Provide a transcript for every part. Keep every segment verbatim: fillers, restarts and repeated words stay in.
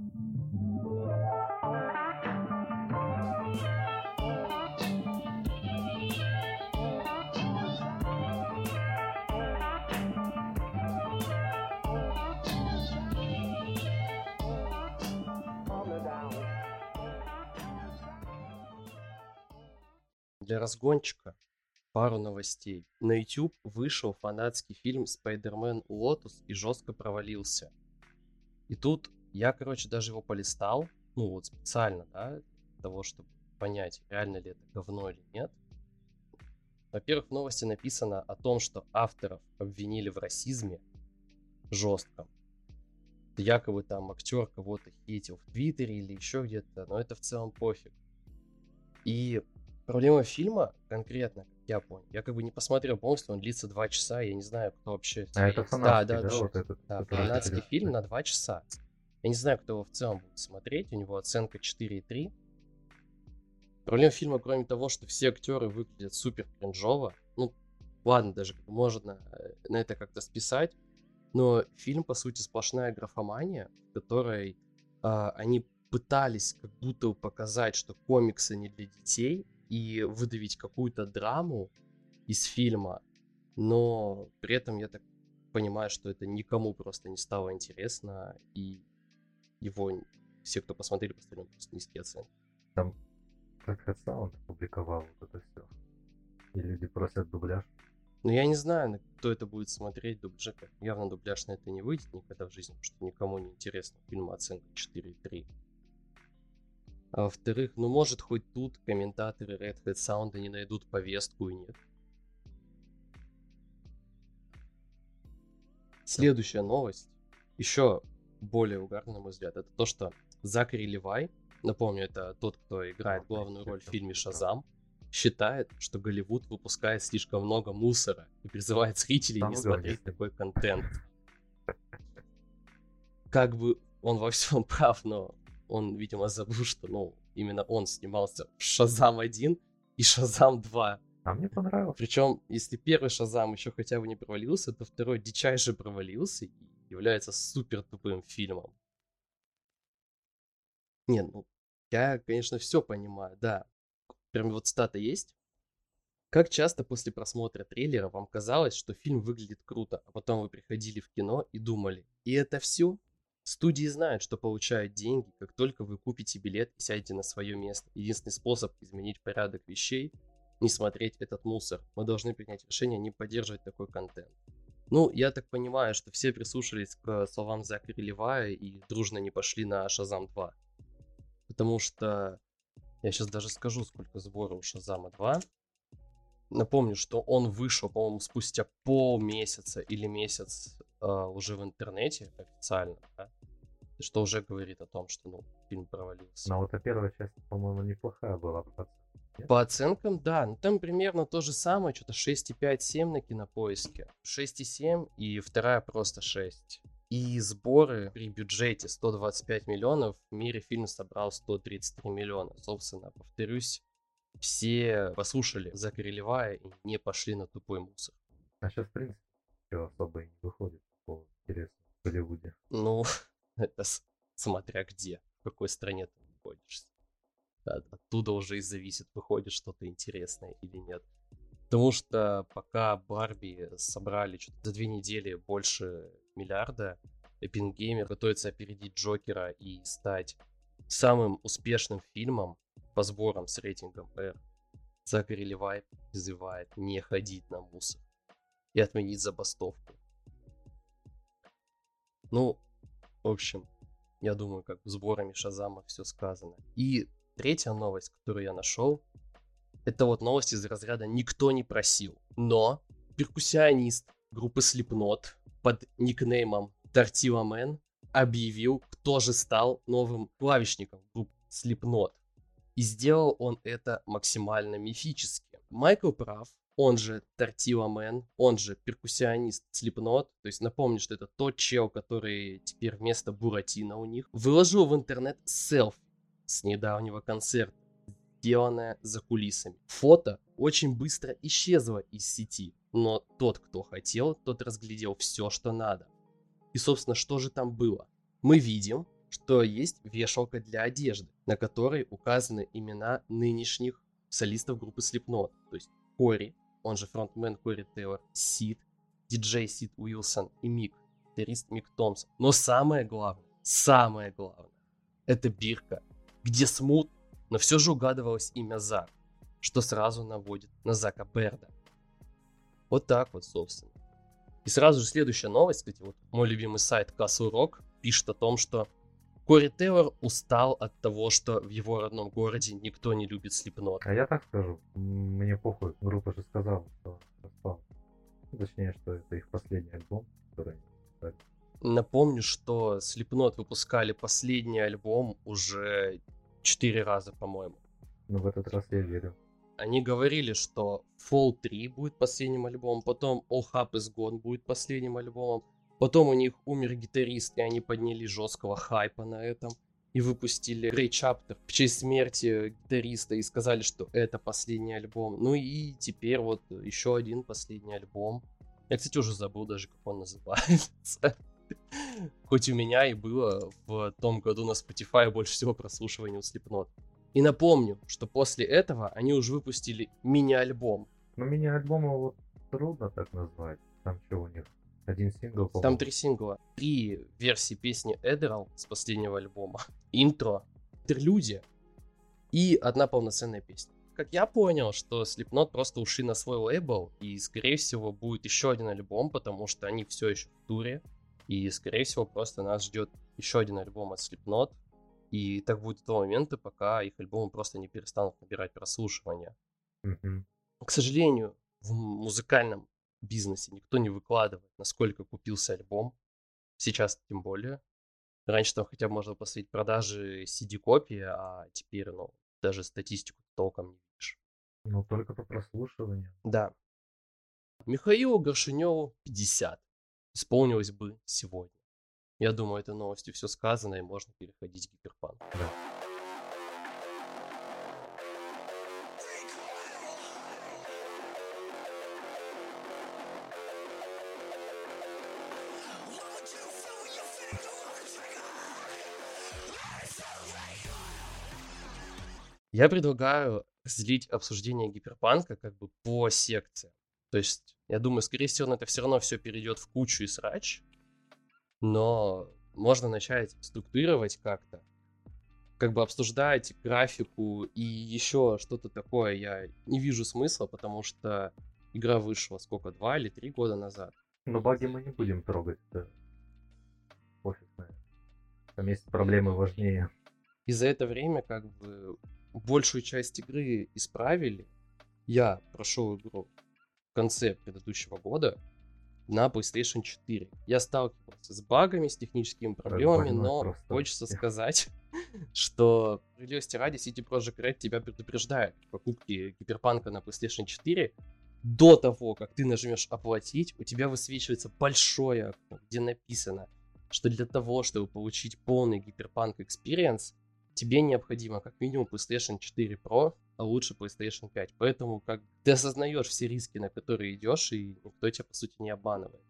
Для разгончика пару новостей. На YouTube вышел фанатский фильм Spider-Man Lotus и жестко провалился. И тут я, короче, даже его полистал, ну вот специально, да, для того, чтобы понять, реально ли это говно или нет. Во-первых, в новости написано о том, что авторов обвинили в расизме жестком. Якобы там актер кого-то хейтил в Твиттере или еще где-то, но это в целом пофиг. И проблема фильма конкретно, как я понял, я как бы не посмотрел полностью, он длится два часа, я не знаю, кто вообще... А это Да, фанатский, да, да, да, вот этот? да, который фанатский интересный. фильм на два часа. Я не знаю, кто его в целом будет смотреть, у него оценка четыре и три. Проблема фильма, кроме того, что все актеры выглядят супер кринжово, ну, ладно, даже можно на это как-то списать, но фильм, по сути, сплошная графомания, в которой а, они пытались как будто показать, что комиксы не для детей, и выдавить какую-то драму из фильма, но при этом я так понимаю, что это никому просто не стало интересно, и его все, кто посмотрели, поставили просто низкие оценки. Там как саунд публиковал вот это все. И люди просят дубляж. Ну, я не знаю, кто это будет смотреть, дубляж. Явно дубляж на это не выйдет никогда в жизни, потому что никому не интересно. Фильм оценка четыре и три. А во-вторых, ну может хоть тут комментаторы Red Hat Sound не найдут повестку и нет. Следующая новость, еще более угарная, на мой взгляд, это то, что Закари Левай, напомню, это тот, кто играет главную роль в фильме «Шазам», считает, что Голливуд выпускает слишком много мусора и призывает зрителей не смотреть такой контент. Как бы он во всем прав, но он, видимо, забыл, что, ну, именно он снимался в «Шазам один» и «Шазам два». А мне понравилось. Причем, если первый «Шазам» еще хотя бы не провалился, то второй дичайше провалился и является супер тупым фильмом. Не, ну, я, конечно, все понимаю, да. Прям вот цитата есть. Как часто после просмотра трейлера вам казалось, что фильм выглядит круто, а потом вы приходили в кино и думали, и это все? Студии знают, что получают деньги, как только вы купите билет и сядете на свое место. Единственный способ изменить порядок вещей – не смотреть этот мусор. Мы должны принять решение не поддерживать такой контент. Ну, я так понимаю, что все прислушались к словам Закари Левая и дружно не пошли на «Шазам два». Потому что я сейчас даже скажу, сколько сбора у «Шазама два». Напомню, что он вышел, по-моему, спустя полмесяца или месяц э, уже в интернете официально, да? Что уже говорит о том, что ну, фильм провалился. Но вот эта первая часть, по-моему, неплохая была. По оценкам, да. Ну, там примерно то же самое, что-то шесть и пять семь на Кинопоиске. шесть и семь и вторая просто шесть. И сборы при бюджете сто двадцать пять миллионов в мире фильм собрал сто тридцать три миллиона. Собственно, повторюсь, все послушали Закари Левая и не пошли на тупой мусор. А сейчас, в принципе, все особо и не выходит по интересному в Голливуде. Ну, это с- смотря где, в какой стране ты находишься. От- Оттуда уже и зависит, выходит что-то интересное или нет. Потому что пока Барби собрали что-то за две недели больше миллиарда, Epic Gamer готовится опередить Джокера и стать самым успешным фильмом по сборам с рейтингом R. Закари Левай призывает не ходить на мусор и отменить забастовку. Ну, в общем, я думаю, как с сборами Шазама все сказано. И третья новость, которую я нашел, это вот новость из разряда «Никто не просил». Но перкуссионист группы Slipknot под никнеймом Tortilla Man объявил, кто же стал новым клавишником группы Slipknot. И сделал он это максимально мифически. Майкл Прав, он же Tortilla Man, он же перкуссионист Slipknot, то есть напомню, что это тот чел, который теперь вместо Буратино у них, выложил в интернет селфи с недавнего концерта, сделанное за кулисами. Фото очень быстро исчезло из сети, но тот, кто хотел, тот разглядел все, что надо. И, собственно, что же там было? Мы видим что есть вешалка для одежды, на которой указаны имена нынешних солистов группы Slipknot. То есть Кори, он же фронтмен Кори Тейлор, Сид, диджей Сид Уилсон и Мик, гитарист Мик Томпсон. Но самое главное, самое главное, это бирка, где смут, но все же угадывалось имя Зак, что сразу наводит на Зака Берда. Вот так вот, собственно. И сразу же следующая новость, кстати, вот мой любимый сайт Castle Rock пишет о том, что Кори Тейлор устал от того, что в его родном городе никто не любит Slipknot. А я так скажу, мне похуй, группа же сказала, что распал. Точнее, что это их последний альбом, который они выпускали. Напомню, что Slipknot выпускали последний альбом уже четыре раза, по-моему. Но в этот раз я верю. Они говорили, что Fall три будет последним альбомом, потом All Hope Is Gone будет последним альбомом, потом у них умер гитарист, и они подняли жесткого хайпа на этом, и выпустили Grey Chapter в честь смерти гитариста, и сказали, что это последний альбом. Ну и теперь вот еще один последний альбом. Я, кстати, уже забыл даже, как он называется. Хоть у меня и было в том году на Spotify больше всего прослушиваний у Slipknot. И напомню, что после этого они уже выпустили мини-альбом. Ну, мини-альбома вот трудно так назвать. Там что у них? Один сингл, по-моему. Там три сингла. Три версии песни Эдерал с последнего альбома. Интро, интерлюдия и одна полноценная песня. Как я понял, что Slipknot просто ушли на свой лейбл, и, скорее всего, будет еще один альбом, потому что они все еще в туре. И, скорее всего, просто нас ждет еще один альбом от Slipknot. И так будет до того момента, пока их альбомы просто не перестанут набирать прослушивания. Мгм. К сожалению, в музыкальном бизнесе никто не выкладывает, насколько купился альбом. Сейчас тем более. Раньше там хотя бы можно посмотреть продажи си ди-копии, а теперь, ну, даже статистику толком не видишь. Ну, только по прослушиванию. Да. Михаилу Горшиневу пятьдесят. Исполнилось бы сегодня. Я думаю, этой новостью все сказано, и можно переходить к гиперпанку. Да. Я предлагаю разделить обсуждение гиперпанка как бы по секциям. То есть, я думаю, скорее всего, это все равно все перейдет в кучу и срач, но можно начать структурировать как-то, как бы обсуждать графику и еще что-то такое я не вижу смысла, потому что игра вышла сколько, два или три года назад. Но баги мы не будем трогать. Это офисное. Там есть проблемы важнее. И за это время как бы большую часть игры исправили. Я прошел игру в конце предыдущего года на PlayStation четыре. Я сталкивался с багами, с техническими проблемами, больной но просто. хочется сказать, что справедливости ради City Project Red тебя предупреждает в покупке Киберпанка на PlayStation четыре. До того, как ты нажмешь оплатить, у тебя высвечивается большое окно, где написано, что для того, чтобы получить полный Cyberpunk Experience, тебе необходимо как минимум PlayStation четыре Pro, а лучше PlayStation пять. Поэтому как ты осознаешь все риски, на которые идешь, и никто тебя по сути не обманывает.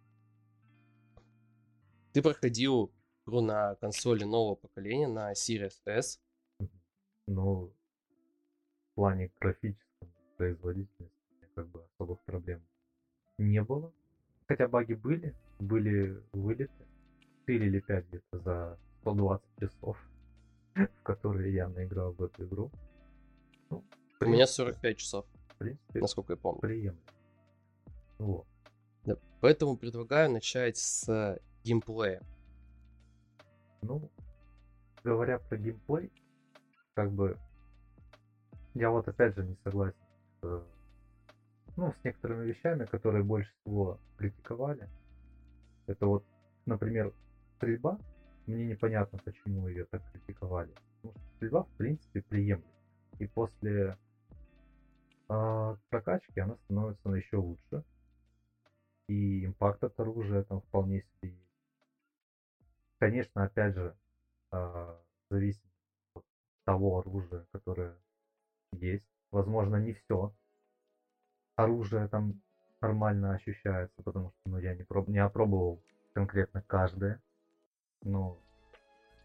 Ты проходил игру на консоли нового поколения, на Series S. Ну, в плане графическом производительности как бы особых проблем не было. Хотя баги были, были вылеты. четыре или пять где-то за сто двадцать часов, в которые я наиграл в эту игру. Ну, У меня сорок пять часов, в принципе, насколько я помню. приемлемо. Вот. Да. Поэтому предлагаю начать с геймплея. Ну, говоря про геймплей, как бы я вот опять же не согласен с, ну, с некоторыми вещами, которые больше всего критиковали. Это вот, например, стрельба. Мне непонятно, почему ее так критиковали. Потому что стрельба, в принципе, приемлема. И после э, прокачки она становится еще лучше. И импакт от оружия там вполне себе есть. Конечно, опять же, э, зависит от того оружия, которое есть. Возможно, не все оружие там нормально ощущается, потому что ну, я не, проб... не опробовал конкретно каждое. Но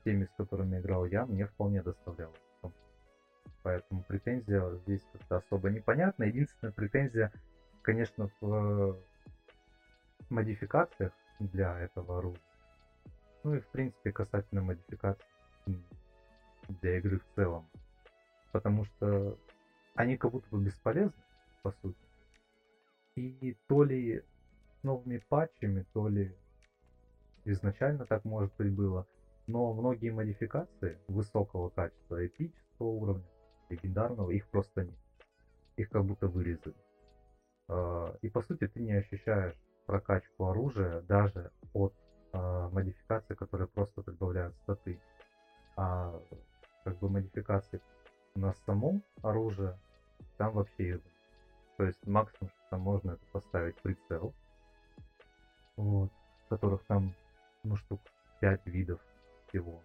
теми, с которыми играл я, мне вполне доставляло. Поэтому претензия здесь как-то особо непонятна. Единственная претензия, конечно, в модификациях для этого оружия. Ну и в принципе касательно модификаций для игры в целом. Потому что они как будто бы бесполезны, по сути. И то ли с новыми патчами, то ли изначально так, может быть, было. Но многие модификации высокого качества, эпического уровня, легендарного, их просто нет. Их как будто вырезали. И по сути ты не ощущаешь прокачку оружия даже от модификаций, которые просто добавляют статы. А как бы модификации на самом оружие там вообще их. То есть максимум, что там можно, это поставить прицел, вот, которых там, ну, штук пять видов всего.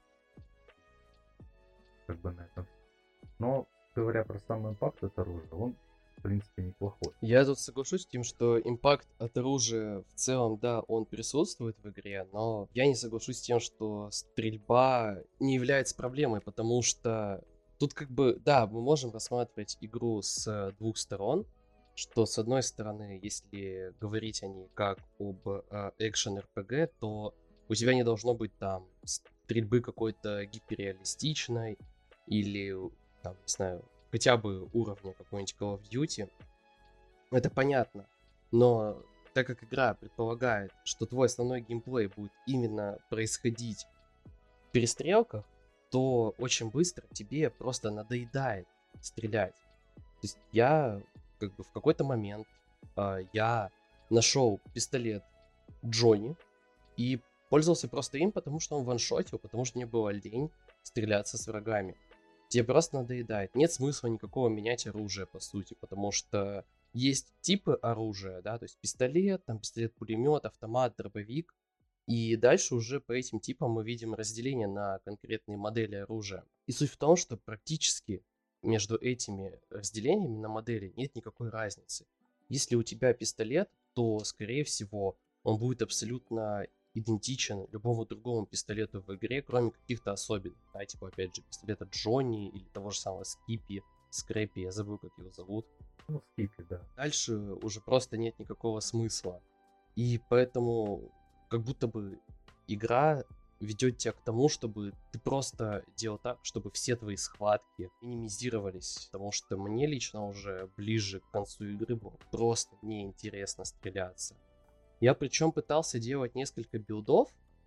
Как бы на этом. Но говоря про сам импакт от оружия, он в принципе неплохой. Я тут соглашусь с тем, что импакт от оружия в целом, да, он присутствует в игре, но я не соглашусь с тем, что стрельба не является проблемой, потому что тут как бы, да, мы можем рассматривать игру с двух сторон, что с одной стороны, если говорить о ней как об э, экшен-эр пи джи, то у тебя не должно быть там стрельбы какой-то гиперреалистичной или, там, не знаю, хотя бы уровня какой-нибудь Call of Duty. Это понятно, но так как игра предполагает, что твой основной геймплей будет именно происходить в перестрелках, то очень быстро тебе просто надоедает стрелять. То есть я как бы в какой-то момент э, я нашел пистолет Джонни и пользовался просто им, потому что он ваншотил, потому что мне было лень стреляться с врагами. Тебе просто надоедает. Нет смысла никакого менять оружие, по сути, потому что есть типы оружия, да, то есть пистолет, там пистолет-пулемет, автомат, дробовик. И дальше уже по этим типам мы видим разделение на конкретные модели оружия. И суть в том, что практически между этими разделениями на модели нет никакой разницы. Если у тебя пистолет, то, скорее всего, он будет абсолютно идентичен любому другому пистолету в игре, кроме каких-то особенных. Да, типа, опять же, пистолета Джонни или того же самого Скипи, Скрэпи, я забыл, как его зовут. Ну, Скипи, да. Дальше уже просто нет никакого смысла. И поэтому как будто бы игра ведет тебя к тому, чтобы ты просто делал так, чтобы все твои схватки минимизировались. Потому что мне лично уже ближе к концу игры было просто неинтересно стреляться. Я причем пытался делать несколько билдов.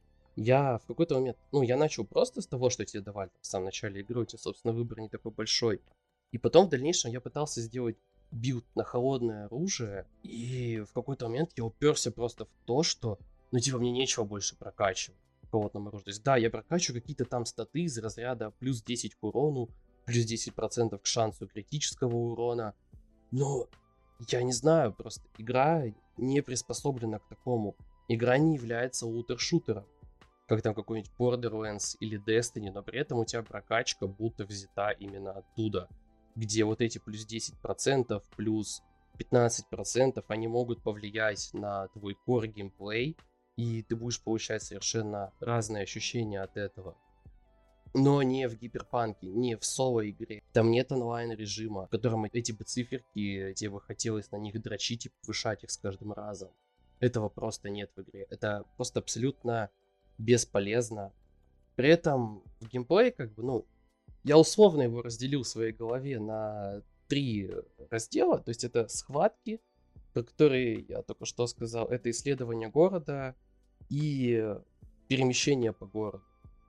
Я в какой-то момент, ну, я начал просто с того, что тебе давали в самом начале игры, у тебя, собственно, выбор не такой большой. И потом в дальнейшем я пытался сделать билд на холодное оружие, и в какой-то момент я уперся просто в то, что, ну, типа, мне нечего больше прокачивать в холодном оружии. То есть, да, я прокачиваю какие-то там статы из разряда плюс десять к урону, плюс десять процентов к шансу критического урона, но я не знаю, просто игра не приспособлена к такому. Игра не является лутер-шутером, как там какой-нибудь Borderlands или Destiny, но при этом у тебя прокачка будто взята именно оттуда, где вот эти плюс десять процентов, плюс пятнадцать процентов, они могут повлиять на твой core геймплей, и ты будешь получать совершенно разные ощущения от этого. Но не в Гиперпанке, не в соло-игре. Там нет онлайн-режима, в котором эти бы циферки, тебе бы хотелось на них дрочить и повышать их с каждым разом. Этого просто нет в игре. Это просто абсолютно бесполезно. При этом в геймплее, как бы, ну, я условно его разделил в своей голове на три раздела. То есть это схватки, про которые я только что сказал. Это исследование города и перемещение по городу.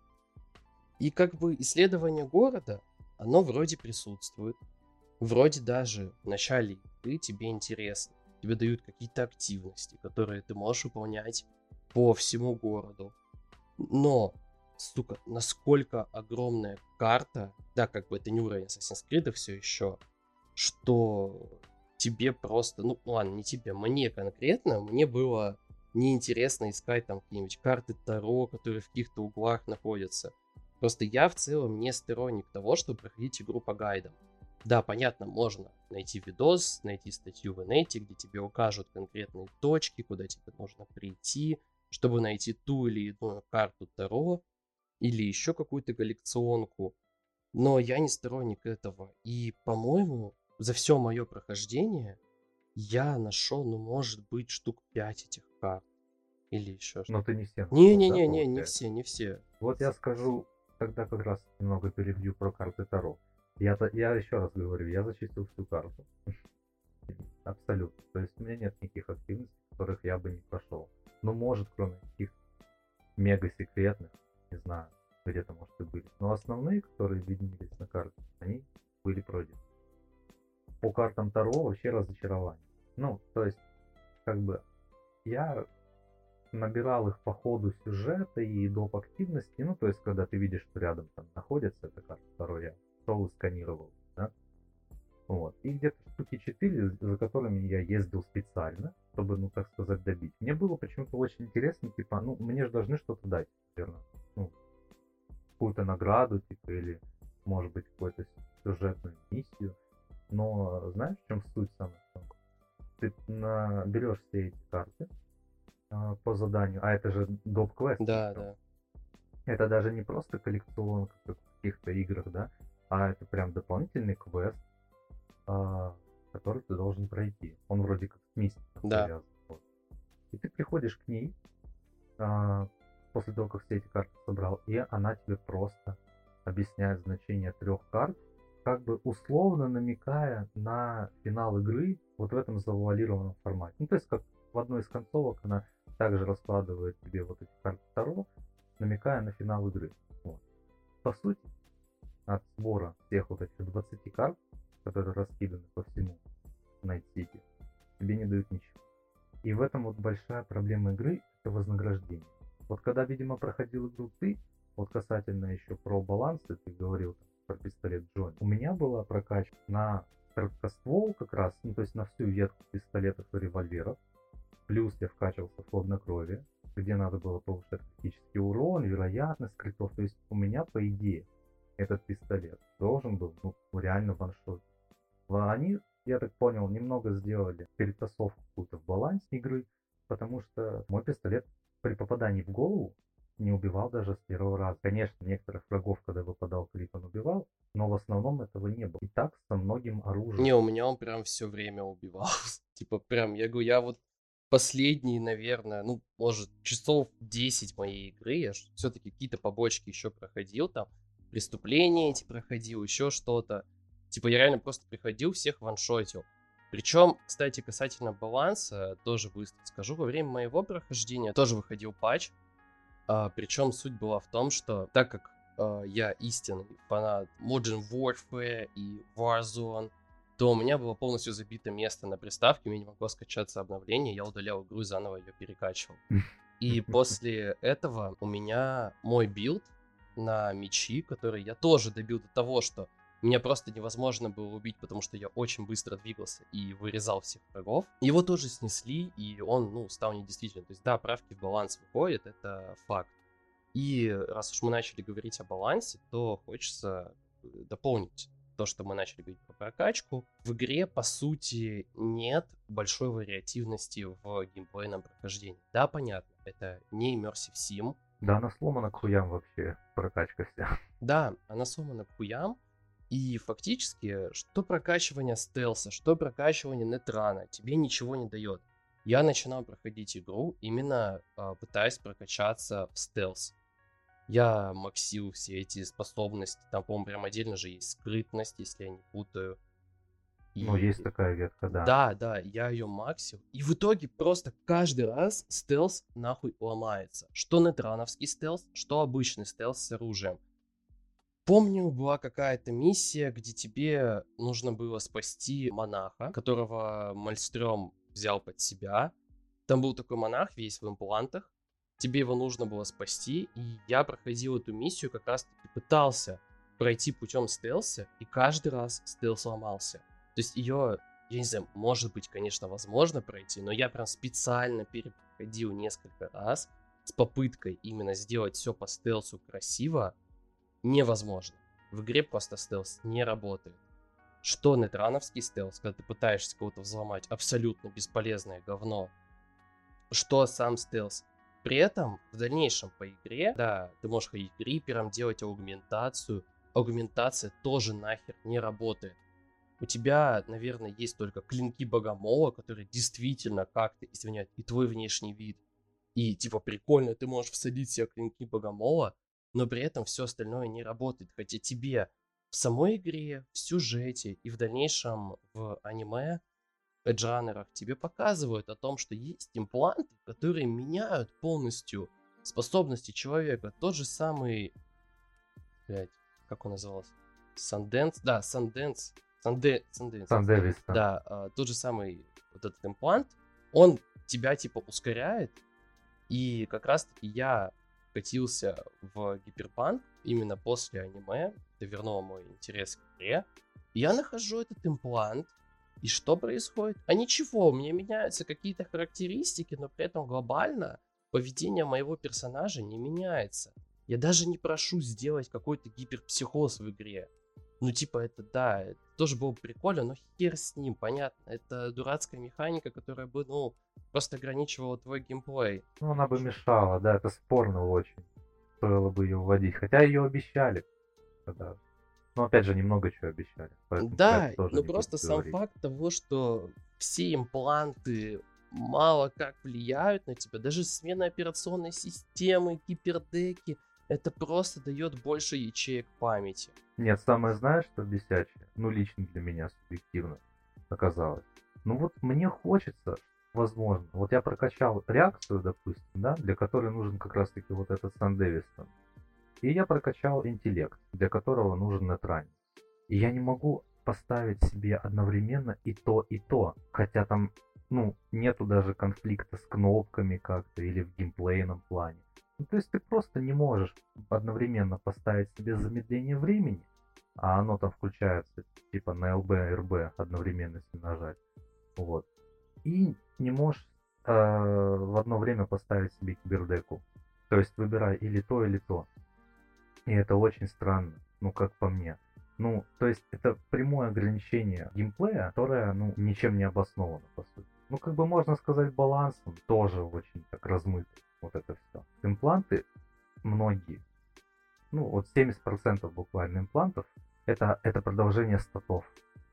И как бы исследование города, оно вроде присутствует. Вроде даже в начале игры тебе интересно. Тебе дают какие-то активности, которые ты можешь выполнять по всему городу. Но, сука, насколько огромная карта, да, как бы это не уровень Assassin's Creed все еще, что тебе просто, ну ладно, не тебе, мне конкретно, мне было неинтересно искать там какие-нибудь карты Таро, которые в каких-то углах находятся. Просто я в целом не сторонник того, чтобы проходить игру по гайдам. Да, понятно, можно найти видос, найти статью в инете, где тебе укажут конкретные точки, куда тебе нужно прийти, чтобы найти ту или иную карту Таро. или еще какую-то коллекционку. Но я не сторонник этого. И, по-моему, за все мое прохождение я нашел, ну, может быть, штук пять этих карт. Или еще Но что-то. ты не все нашел, да, Не-не-не-не, не получается? все, не все. Вот я скажу тогда как раз немного перебью про карты Таро. Я, я еще раз говорю, я зачистил всю карту. Абсолютно. То есть у меня нет никаких активностей, которых я бы не прошел. Ну, может, кроме таких мега секретных, не знаю, где-то, может, и были. Но основные, которые виднелись на карте, они были пройдены. По картам Таро вообще разочарование. Ну, то есть, как бы, я набирал их по ходу сюжета и доп. Активности. Ну, то есть, когда ты видишь, что рядом там находится эта карта Таро, я шел и сканировал, да? Вот. И где-то штуки четыре, за которыми я ездил специально, чтобы, ну, так сказать, добить. Мне было почему-то очень интересно, типа, ну, мне же должны что-то дать, наверное. Ну, какую-то награду, типа, или, может быть, какую-то сюжетную миссию. Но знаешь, в чем суть самая? Ты на... берешь все эти карты а, по заданию, а это же доп-квест. Да, да. Это даже не просто коллекционка, как в каких-то играх, да, а это прям дополнительный квест, а, который ты должен пройти. Он вроде как с мистиком Да. завязан. Вот. И ты приходишь к ней а, после того, как все эти карты собрал, и она тебе просто объясняет значение трех карт, как бы условно намекая на финал игры вот в этом завуалированном формате. Ну, то есть, как в одной из концовок она также раскладывает тебе вот эти карты Таро, намекая на финал игры. Вот. По сути, от сбора всех вот этих двадцати карт, которые раскиданы по всему Night City, тебе не дают ничего. И в этом вот большая проблема игры — это вознаграждение. Вот когда, видимо, проходил игру ты, вот касательно еще про балансы, ты говорил там, про пистолет Джонни. У меня была прокачка на короткоствол как раз, ну то есть на всю ветку пистолетов и револьверов. Плюс я вкачивался в хладнокровие, где надо было повышать критический урон, вероятность критов. То есть у меня, по идее, этот пистолет должен был ну, реально ваншот. Они, я так понял, немного сделали перетасовку какую-то в балансе игры, потому что мой пистолет при попадании в голову не убивал даже с первого раза. Конечно, некоторых врагов, когда выпадал крит, он убивал, но в основном этого не было. И так со многим оружием. Не, у меня он прям все время убивал. Типа прям, я говорю, я вот последние, наверное, ну, может, часов десять моей игры, я все-таки какие-то побочки еще проходил, там, преступления эти проходил, еще что-то. Типа я реально просто приходил, всех ваншотил. Причем, кстати, касательно баланса, тоже быстро скажу, во время моего прохождения тоже выходил патч. А, причем суть была в том, что так как а, я истинный фанат Modern Warfare и Warzone, то у меня было полностью забито место на приставке, мне не могло скачаться обновление, я удалял игру и заново ее перекачивал. И после этого у меня мой билд на мечи, который я тоже добил до того, что меня просто невозможно было убить, потому что я очень быстро двигался и вырезал всех врагов. Его тоже снесли, и он, ну, стал недействительным. То есть, да, правки в баланс выходят, это факт. И раз уж мы начали говорить о балансе, то хочется дополнить то, что мы начали говорить про прокачку. В игре, по сути, нет большой вариативности в геймплейном прохождении. Да, понятно, это не Immersive Sim. Да, она сломана к хуям вообще, прокачка вся. Да, она сломана к хуям. И фактически, что прокачивание стелса, что прокачивание нетрана, тебе ничего не дает. Я начинал проходить игру, именно э, пытаясь прокачаться в стелс. Я максил все эти способности, там, по-моему, прям отдельно же есть скрытность, если я не путаю. И... Ну, есть такая ветка, да. Да, да, я ее максил. И в итоге просто каждый раз стелс нахуй ломается. Что нетрановский стелс, что обычный стелс с оружием. Помню, была какая-то миссия, где тебе нужно было спасти монаха, которого Мальстрём взял под себя. Там был такой монах, весь в имплантах. Тебе его нужно было спасти, и я проходил эту миссию, как раз таки пытался пройти путем стелса, и каждый раз стелс ломался. То есть ее, я не знаю, может быть, конечно, возможно пройти, но я прям специально перепроходил несколько раз с попыткой именно сделать все по стелсу красиво. Невозможно. В игре просто стелс не работает. Что нетрановский стелс, когда ты пытаешься кого-то взломать, абсолютно бесполезное говно. Что сам стелс. При этом в дальнейшем по игре, да, ты можешь ходить крипером, делать аугментацию. Аугментация тоже нахер не работает. У тебя, наверное, есть только клинки богомола, которые действительно как-то изменяют и твой внешний вид. И типа прикольно, ты можешь всадить себе клинки богомола, но при этом все остальное не работает. Хотя тебе в самой игре, в сюжете и в дальнейшем в аниме, эджанерах тебе показывают о том, что есть импланты, которые меняют полностью способности человека. Тот же самый, блядь, как он назывался? Санденс? Да, Санденс. Санде... Санденс. Сан Дэвис, да. Да, а, тот же самый вот этот имплант, он тебя типа ускоряет. И как раз таки я катился в Гиперпанк именно после аниме. Это вернуло мой интерес к игре. Я нахожу этот имплант. И что происходит? А ничего, у меня меняются какие-то характеристики, но при этом глобально поведение моего персонажа не меняется. Я даже не прошу сделать какой-то гиперпсихоз в игре. Ну, типа, это да, это тоже было бы прикольно, но хер с ним, понятно. Это дурацкая механика, которая бы, ну, просто ограничивала твой геймплей. Ну, она бы мешала, да, это спорно очень. Стоило бы ее вводить. Хотя ее обещали. Да. Но опять же, немного чего обещали. Поэтому Да, тоже но не просто буду сам говорить. факт того, что все импланты мало как влияют на тебя, даже смена операционной системы, гипердеки, это просто дает больше ячеек памяти. Нет, самое знаешь, что бесячее? Ну, лично для меня субъективно оказалось. Ну вот мне хочется, возможно, вот я прокачал реакцию, допустим, да, для которой нужен как раз-таки вот этот Сан Дэвисон. И я прокачал интеллект, для которого нужен Нетрань. И я не могу поставить себе одновременно и то, и то. Хотя там, ну, нету даже конфликта с кнопками как-то или в геймплейном плане. Ну, то есть ты просто не можешь одновременно поставить себе замедление времени, а оно там включается типа на эл би, эр би одновременно, если нажать. Вот. И не можешь э, в одно время поставить себе кибердеку. То есть выбирай или то, или то. И это очень странно, ну как по мне. Ну, то есть это прямое ограничение геймплея, которое, ну, ничем не обосновано, по сути. Ну, как бы можно сказать, балансом тоже очень так размыто вот это все. Импланты многие, ну, вот семьдесят процентов буквально имплантов, это, это продолжение статов.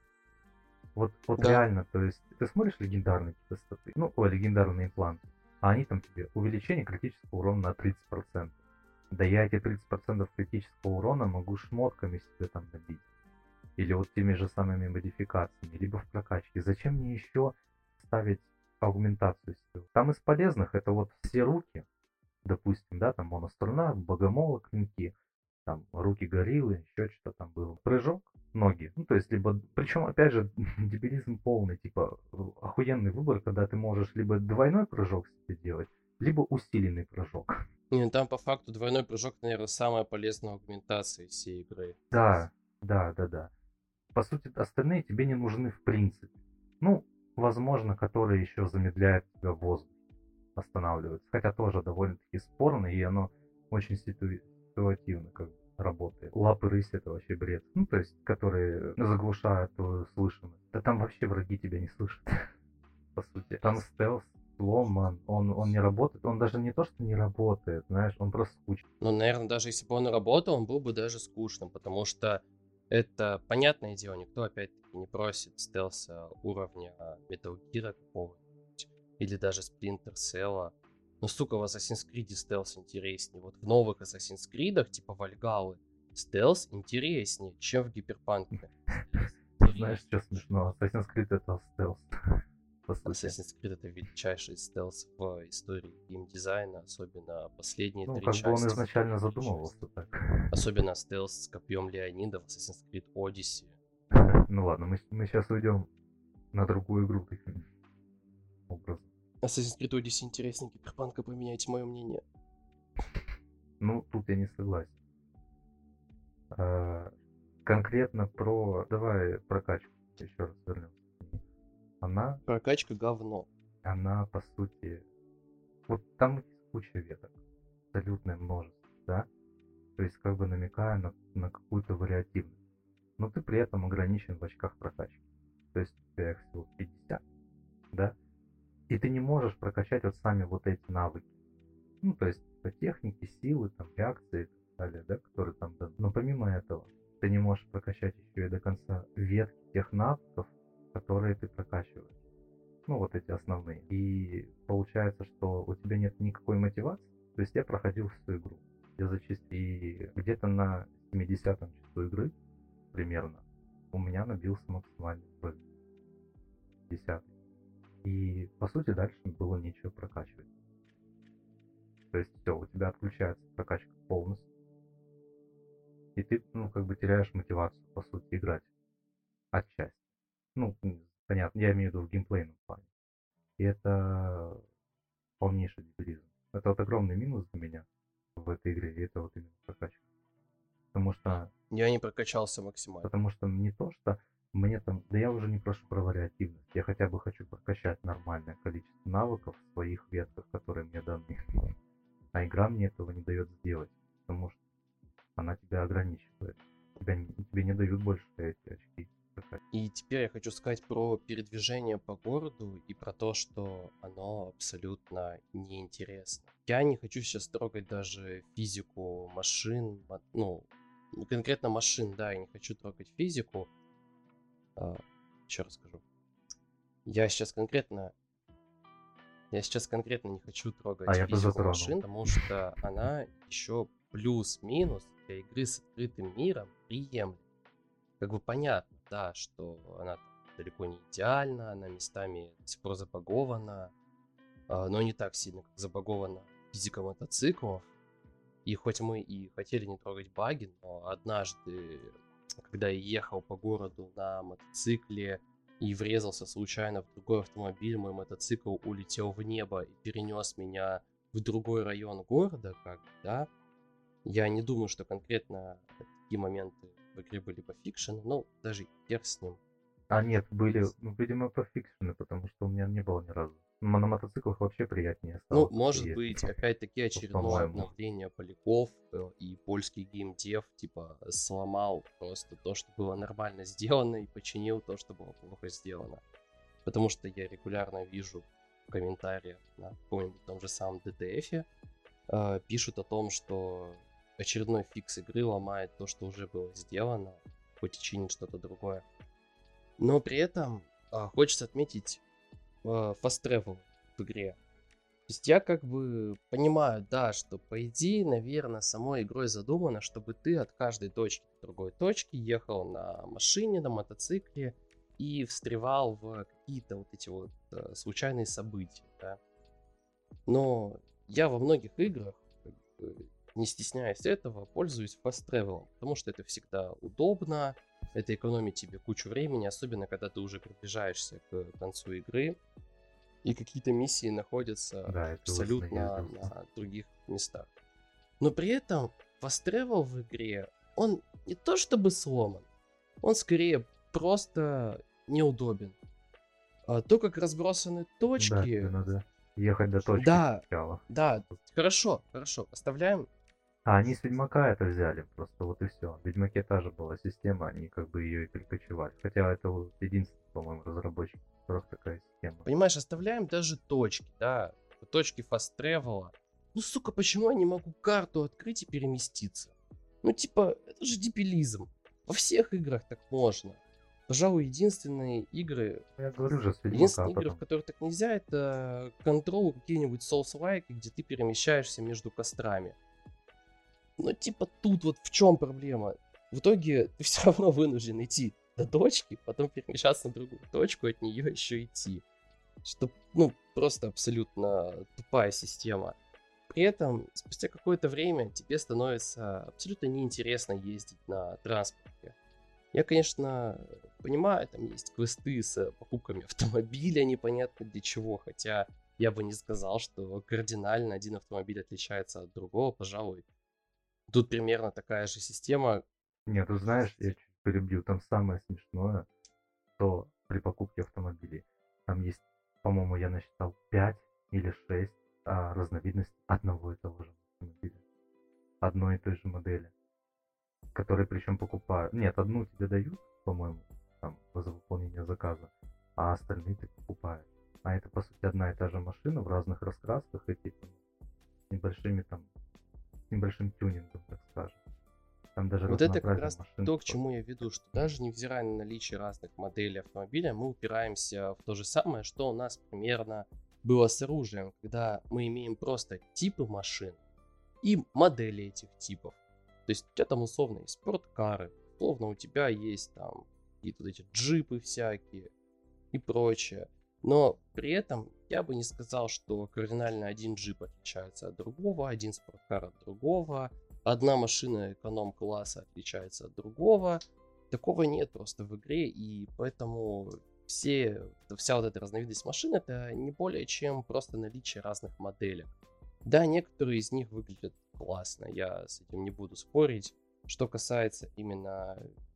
Вот, вот Да. реально, то есть ты смотришь легендарные какие-то статы, ну, ой, легендарные импланты, а они там тебе увеличение критического урона на тридцать процентов. Да я эти тридцать процентов критического урона могу шмотками себе там набить. Или вот теми же самыми модификациями, либо в прокачке. Зачем мне еще ставить аугментацию сил? Там из полезных это вот все руки, допустим, да, там моноструна, богомола, клинки, там руки гориллы, еще что-то там было. Прыжок, ноги. Ну, то есть, либо, причем, опять же, дебилизм полный, типа, охуенный выбор, когда ты можешь либо двойной прыжок себе делать, либо усиленный прыжок. Не, там по факту двойной прыжок, наверное, самая полезная аугментация всей игры. Да, да, да, да. По сути, остальные тебе не нужны в принципе. Ну, возможно, которые еще замедляют тебя в воздухе, останавливаются. Хотя тоже довольно-таки спорно, и оно очень ситуативно как бы работает. Лапы рыси это вообще бред. Ну, то есть, которые заглушают твою слышимость. Да там вообще враги тебя не слышат, по сути. Там стелс сломан, он, он не работает. Он даже не то, что не работает, знаешь, он просто скучный. Ну, наверное, даже если бы он работал, он был бы даже скучным, потому что это, понятное дело, никто, опять-таки, не просит стелса уровня Metal Gear какого-нибудь, или даже Splinter Cell. Но, сука, в Assassin's Creed стелс интереснее. Вот в новых Assassin's Creed, типа Вальгаллы, стелс интереснее, чем в Гиперпанке. Знаешь, что смешно? Assassin's Creed это стелс. По сути. Assassin's Creed это величайший стелс в истории геймдизайна, особенно последние Ну, три как части. бы он изначально задумывался так. Особенно стелс с копьем Леонида в Assassin's Creed Odyssey. Ну ладно, мы, мы сейчас уйдем на другую игру таким образом. Assassin's Creed Odyssey интереснее Киберпанка, поменяйте мое мнение. Ну, тут я не согласен. А, конкретно про... Давай прокачку еще раз вернемся. Она... Прокачка говно. Она, по сути... Вот там есть куча веток. Абсолютное множество, да? То есть, как бы намекая на, на какую-то вариативность. Но ты при этом ограничен в очках прокачки. То есть, у тебя их всего пятьдесят, да? И ты не можешь прокачать вот сами вот эти навыки. Ну, то есть по технике, силы, там, реакции и так далее, да, которые там даны. Но помимо этого, ты не можешь прокачать еще и до конца ветки тех навыков, которые ты прокачиваешь. Ну, вот эти основные. И получается, что у тебя нет никакой мотивации. То есть я проходил всю игру. Я зачистил. И где-то на семидесятом часу игры примерно у меня набился максимальный уровень. десятый. И по сути дальше было нечего прокачивать. То есть все, у тебя отключается прокачка полностью. И ты, ну, как бы теряешь мотивацию, по сути, играть. Отчасти. Ну, понятно, я имею в виду в геймплейном плане. И это полнейший дебилизм. Это вот огромный минус для меня в этой игре, и это вот именно прокачка. Потому что, Я не прокачался максимально. потому что не то, что мне там, да я уже не прошу про вариативность, я хотя бы хочу прокачать нормальное количество навыков в своих ветках, которые мне даны. А игра мне этого не дает сделать, потому что она тебя ограничивает. Тебя, не- тебе не дают больше эти очки. прокачать. И теперь я хочу сказать про передвижение по городу и про то, что оно абсолютно неинтересно. Я не хочу сейчас трогать даже физику машин, мо- ну, ну, конкретно машин, да, я не хочу трогать физику. А, еще раз скажу. Я сейчас конкретно, я сейчас конкретно не хочу трогать А я бы физику затронул. машин, потому что она еще плюс-минус для игры с открытым миром приемлема. Как бы понятно, да, что она там далеко не идеальна, она местами до сих пор забагована, а, но не так сильно, как забагована физика мотоциклов. И хоть мы и хотели не трогать баги, но однажды, когда я ехал по городу на мотоцикле и врезался случайно в другой автомобиль, мой мотоцикл улетел в небо и перенес меня в другой район города, как бы, да. Я не думаю, что конкретно такие моменты в игре были пофикшены, но даже хер с ним. А нет, были, ну, видимо, пофикшены, потому что у меня не было ни разу. М- На мотоциклах вообще приятнее Ну, стало как-то может ездить, быть, опять-таки очередное по-моему. обновление поляков э, и польский геймдев, типа, сломал просто то, что было нормально сделано, и починил то, что было плохо сделано. Потому что я регулярно вижу в комментариях на каком-нибудь том же самом ди ти эф э, пишут о том, что очередной фикс игры ломает то, что уже было сделано, хоть и чинит что-то другое. Но при этом а, хочется отметить а, fast travel в игре. То есть я как бы понимаю, да, что по идее, наверное, самой игрой задумано, чтобы ты от каждой точки до другой точки ехал на машине, на мотоцикле и встревал в какие-то вот эти вот э, случайные события, да. Но я во многих играх, как бы, не стесняясь этого, пользуюсь fast travel, потому что это всегда удобно, это экономит тебе кучу времени, особенно когда ты уже приближаешься к концу игры, и какие-то миссии находятся Да, я пилот абсолютно наездился. на других местах. Но при этом fast travel в игре, он не то чтобы сломан, он скорее просто неудобен. А то, как разбросаны Да, тебе точки, надо ехать до точки да, сначала. да, хорошо, хорошо, оставляем. А они с Ведьмака это взяли, просто вот и все. В Ведьмаке та же была система, они как бы ее и перекочевали. Хотя это вот единственный, по-моему, разработчик, у которых такая система. Понимаешь, оставляем даже точки, да, точки fast travel. Ну, сука, почему я не могу карту открыть и переместиться? Ну, типа, это же дебилизм. Во всех играх так можно. Пожалуй, единственные игры, Я говорю же, с Ведьмака единственные игры, в потом. которых так нельзя, это Control, какие-нибудь Souls-like, где ты перемещаешься между кострами. Но типа тут вот в чем проблема? В итоге ты все равно вынужден идти до точки, потом перемещаться на другую точку, от нее еще идти. Что, ну, просто абсолютно тупая система. При этом, спустя какое-то время тебе становится абсолютно неинтересно ездить на транспорте. Я, конечно, понимаю, там есть квесты с покупками автомобиля, непонятно для чего, хотя я бы не сказал, что кардинально один автомобиль отличается от другого, пожалуй. Тут примерно такая же система. Нет, ты знаешь, я чуть перебью, там самое смешное, что при покупке автомобилей, там есть, по-моему, я насчитал пять или шесть а, разновидностей одного и того же автомобиля. Одной и той же модели. Которые причем покупают. Нет, одну тебе дают, по-моему, там, за выполнение заказа, а остальные ты покупаешь. А это, по сути, одна и та же машина в разных раскрасках и типа небольшими там, с небольшим тюнингом, так скажем. Там даже Вот это как разнообразие раз машин то, к такое. чему я веду, что даже невзирая на наличие разных моделей автомобиля, мы упираемся в то же самое, что у нас примерно было с оружием, когда мы имеем просто типы машин и модели этих типов. То есть у тебя там условно есть спорткары, условно у тебя есть там какие-то вот эти джипы всякие и прочее. Но при этом я бы не сказал, что кардинально один джип отличается от другого, один спорткар от другого, одна машина эконом-класса отличается от другого. Такого нет просто в игре, и поэтому все, вся вот эта разновидность машин это не более чем просто наличие разных моделей. Да, некоторые из них выглядят классно, я с этим не буду спорить. Что касается именно...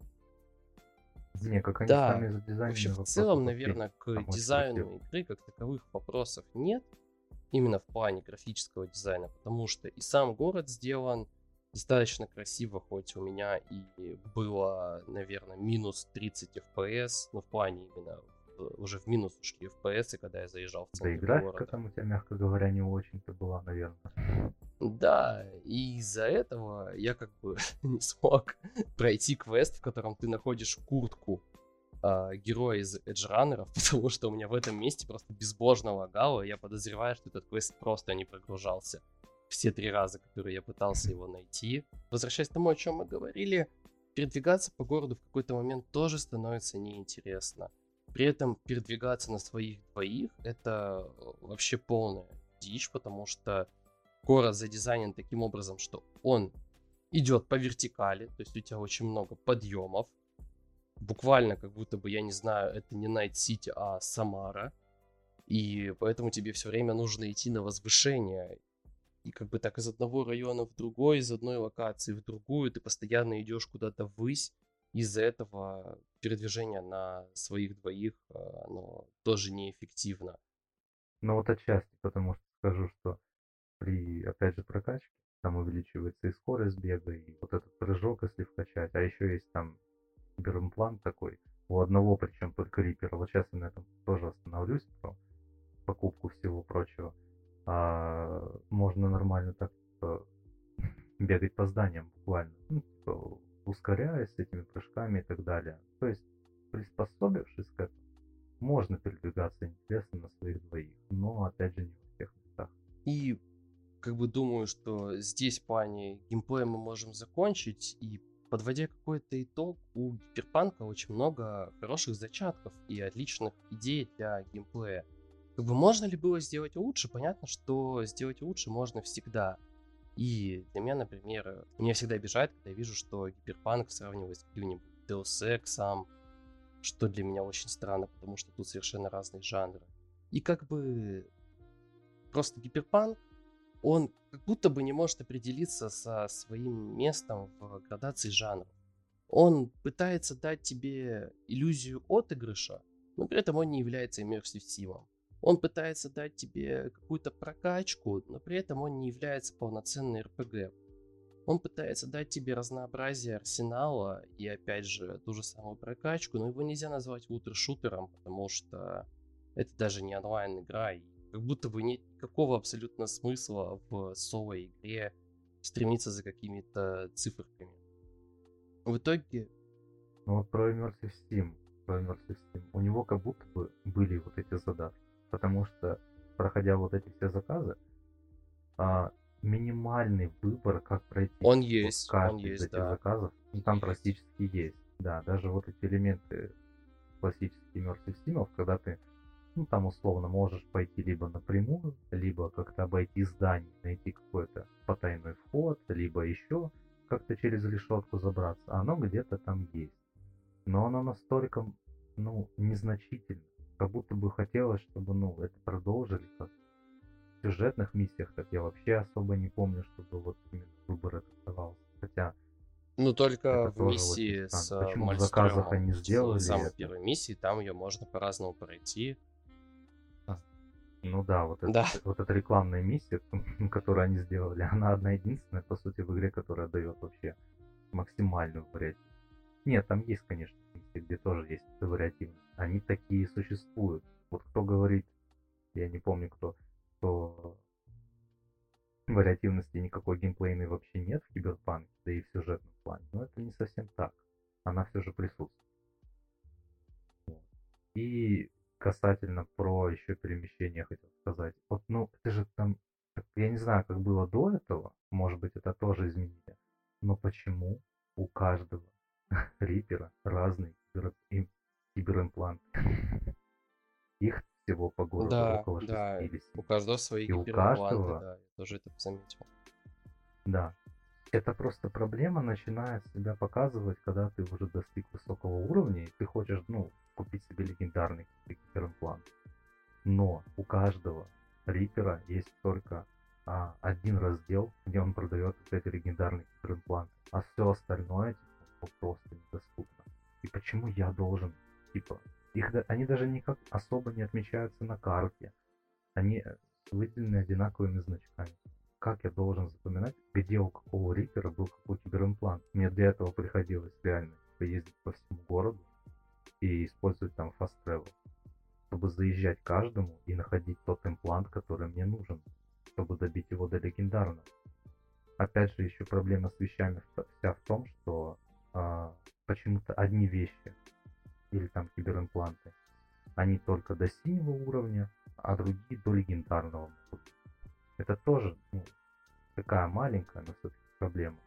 Не, как они Да, сами вообще задизайнены, в вопросов целом, вообще нет. наверное, к Там очень красиво. дизайну игры как таковых вопросов нет. Именно в плане графического дизайна, потому что и сам город сделан достаточно красиво, хоть у меня и было, наверное, минус тридцать эф пи эс, но в плане именно в- уже в минус ушли эф пи эс, когда я заезжал в Да и центр графика города. там у тебя, мягко говоря, не очень-то была, наверное. Да, и из-за этого я как бы не смог пройти квест, в котором ты находишь куртку а, героя из Edge Runner, потому что у меня в этом месте просто безбожно лагало, и я подозреваю, что этот квест просто не прогружался все три раза, которые я пытался его найти. Возвращаясь к тому, о чем мы говорили, передвигаться по городу в какой-то момент тоже становится неинтересно. При этом передвигаться на своих двоих это э, вообще полная дичь, потому что город задизайнен таким образом, что он идет по вертикали, то есть у тебя очень много подъемов, буквально как будто бы, я не знаю, это не Найт-Сити, а Самара. И поэтому тебе все время нужно идти на возвышение. И как бы так из одного района в другой, из одной локации в другую, ты постоянно идешь куда-то ввысь. Из-за этого передвижение на своих двоих, э, оно тоже неэффективно. Но вот отчасти, потому что скажу, что при, опять же, прокачке там увеличивается и скорость бега, и вот этот прыжок, если вкачать, а еще есть там киберимплант такой, у одного причем только рипера. Вот сейчас я на этом тоже остановлюсь, про покупку всего прочего. А, можно нормально так типа, бегать по зданиям буквально, ну, типа, ускоряясь с этими прыжками и так далее. То есть, приспособившись к этому, можно передвигаться интересно на своих двоих, но опять же не во всех местах. И как бы думаю, что здесь в плане геймплея мы можем закончить. И подводя какой-то итог, у Гиперпанка очень много хороших зачатков и отличных идей для геймплея. Как бы можно ли было сделать лучше? Понятно, что сделать лучше можно всегда. И для меня, например, меня всегда обижает, когда я вижу, что Гиперпанк сравнивают с каким-нибудь Deus Ex, что для меня очень странно, потому что тут совершенно разные жанры. И как бы просто Гиперпанк, он как будто бы не может определиться со своим местом в градации жанров. Он пытается дать тебе иллюзию отыгрыша, но при этом он не является immersive симом. Он пытается дать тебе какую-то прокачку, но при этом он не является полноценной эр пи джи. Он пытается дать тебе разнообразие арсенала и, опять же, ту же самую прокачку, но его нельзя назвать лутер-шутером, потому что это даже не онлайн-игра, и как будто бы нет никакого абсолютно смысла в соло-игре стремиться за какими-то циферками. В итоге, Но вот про Immersive Steam, про Immersive Steam, у него как будто бы были вот эти задатки, потому что, проходя вот эти все заказы, а, минимальный выбор, как пройти он вот есть, он каждый из есть, этих да, заказов, ну, там есть. практически есть. Да, даже вот эти элементы классических Immersive Steam, когда ты, ну, там условно можешь пойти либо напрямую, либо как-то обойти здание, найти какой-то потайной вход, либо еще как-то через решетку забраться. Оно где-то там есть. Но оно настолько, ну, незначительно. Как будто бы хотелось, чтобы, ну, это продолжили как в сюжетных миссиях, так я вообще особо не помню, чтобы вот именно выбор этот оставался. Хотя Ну, только это в тоже очень миссии с странно. э, Почему в заказах Мальстрёмом, они в сделали самой это? первой миссии, там ее можно по-разному пройти. А, ну да, вот, это, Да, вот эта рекламная миссия, которую они сделали, она одна единственная, по сути, в игре, которая дает вообще максимальную вариативность. Нет, там есть, конечно, миссии, где тоже есть вариативность. Они такие существуют. Вот кто говорит, я не помню кто, кто вариативности никакой геймплейной вообще нет в Киберпанке, да и в сюжетном плане. Но это не совсем так. Она все же присутствует. Вот. И касательно про еще перемещение хотел сказать. Вот, ну, это же там, я не знаю, как было до этого, может быть, это тоже изменили. Но почему у каждого рипера разный кибер- им- киберимплант? Их всего по городу Да, около шести да, или у семи. каждого свои И у гиперимпланты, каждого, да, я тоже это заметил. да, это просто проблема начинает себя показывать, когда ты уже достиг высокого уровня, и ты хочешь, ну, купить себе легендарный гиперимплант. Но у каждого рипера есть только а, один раздел, где он продает вот эти легендарные гиперимпланты, а все остальное типа, просто недоступно. И почему я должен, типа, их, они даже никак особо не отмечаются на карте, они выделены одинаковыми значками. Как я должен запоминать, где у какого рипера был какой киберимплант? Мне для этого приходилось реально поездить по всему городу и использовать там fast travel, чтобы заезжать каждому и находить тот имплант, который мне нужен, чтобы добить его до легендарного. Опять же, еще проблема с вещами вся в том, что а, почему-то одни вещи или там киберимпланты, они только до синего уровня, а другие до легендарного. Это тоже, ну, такая маленькая, но все-таки проблема.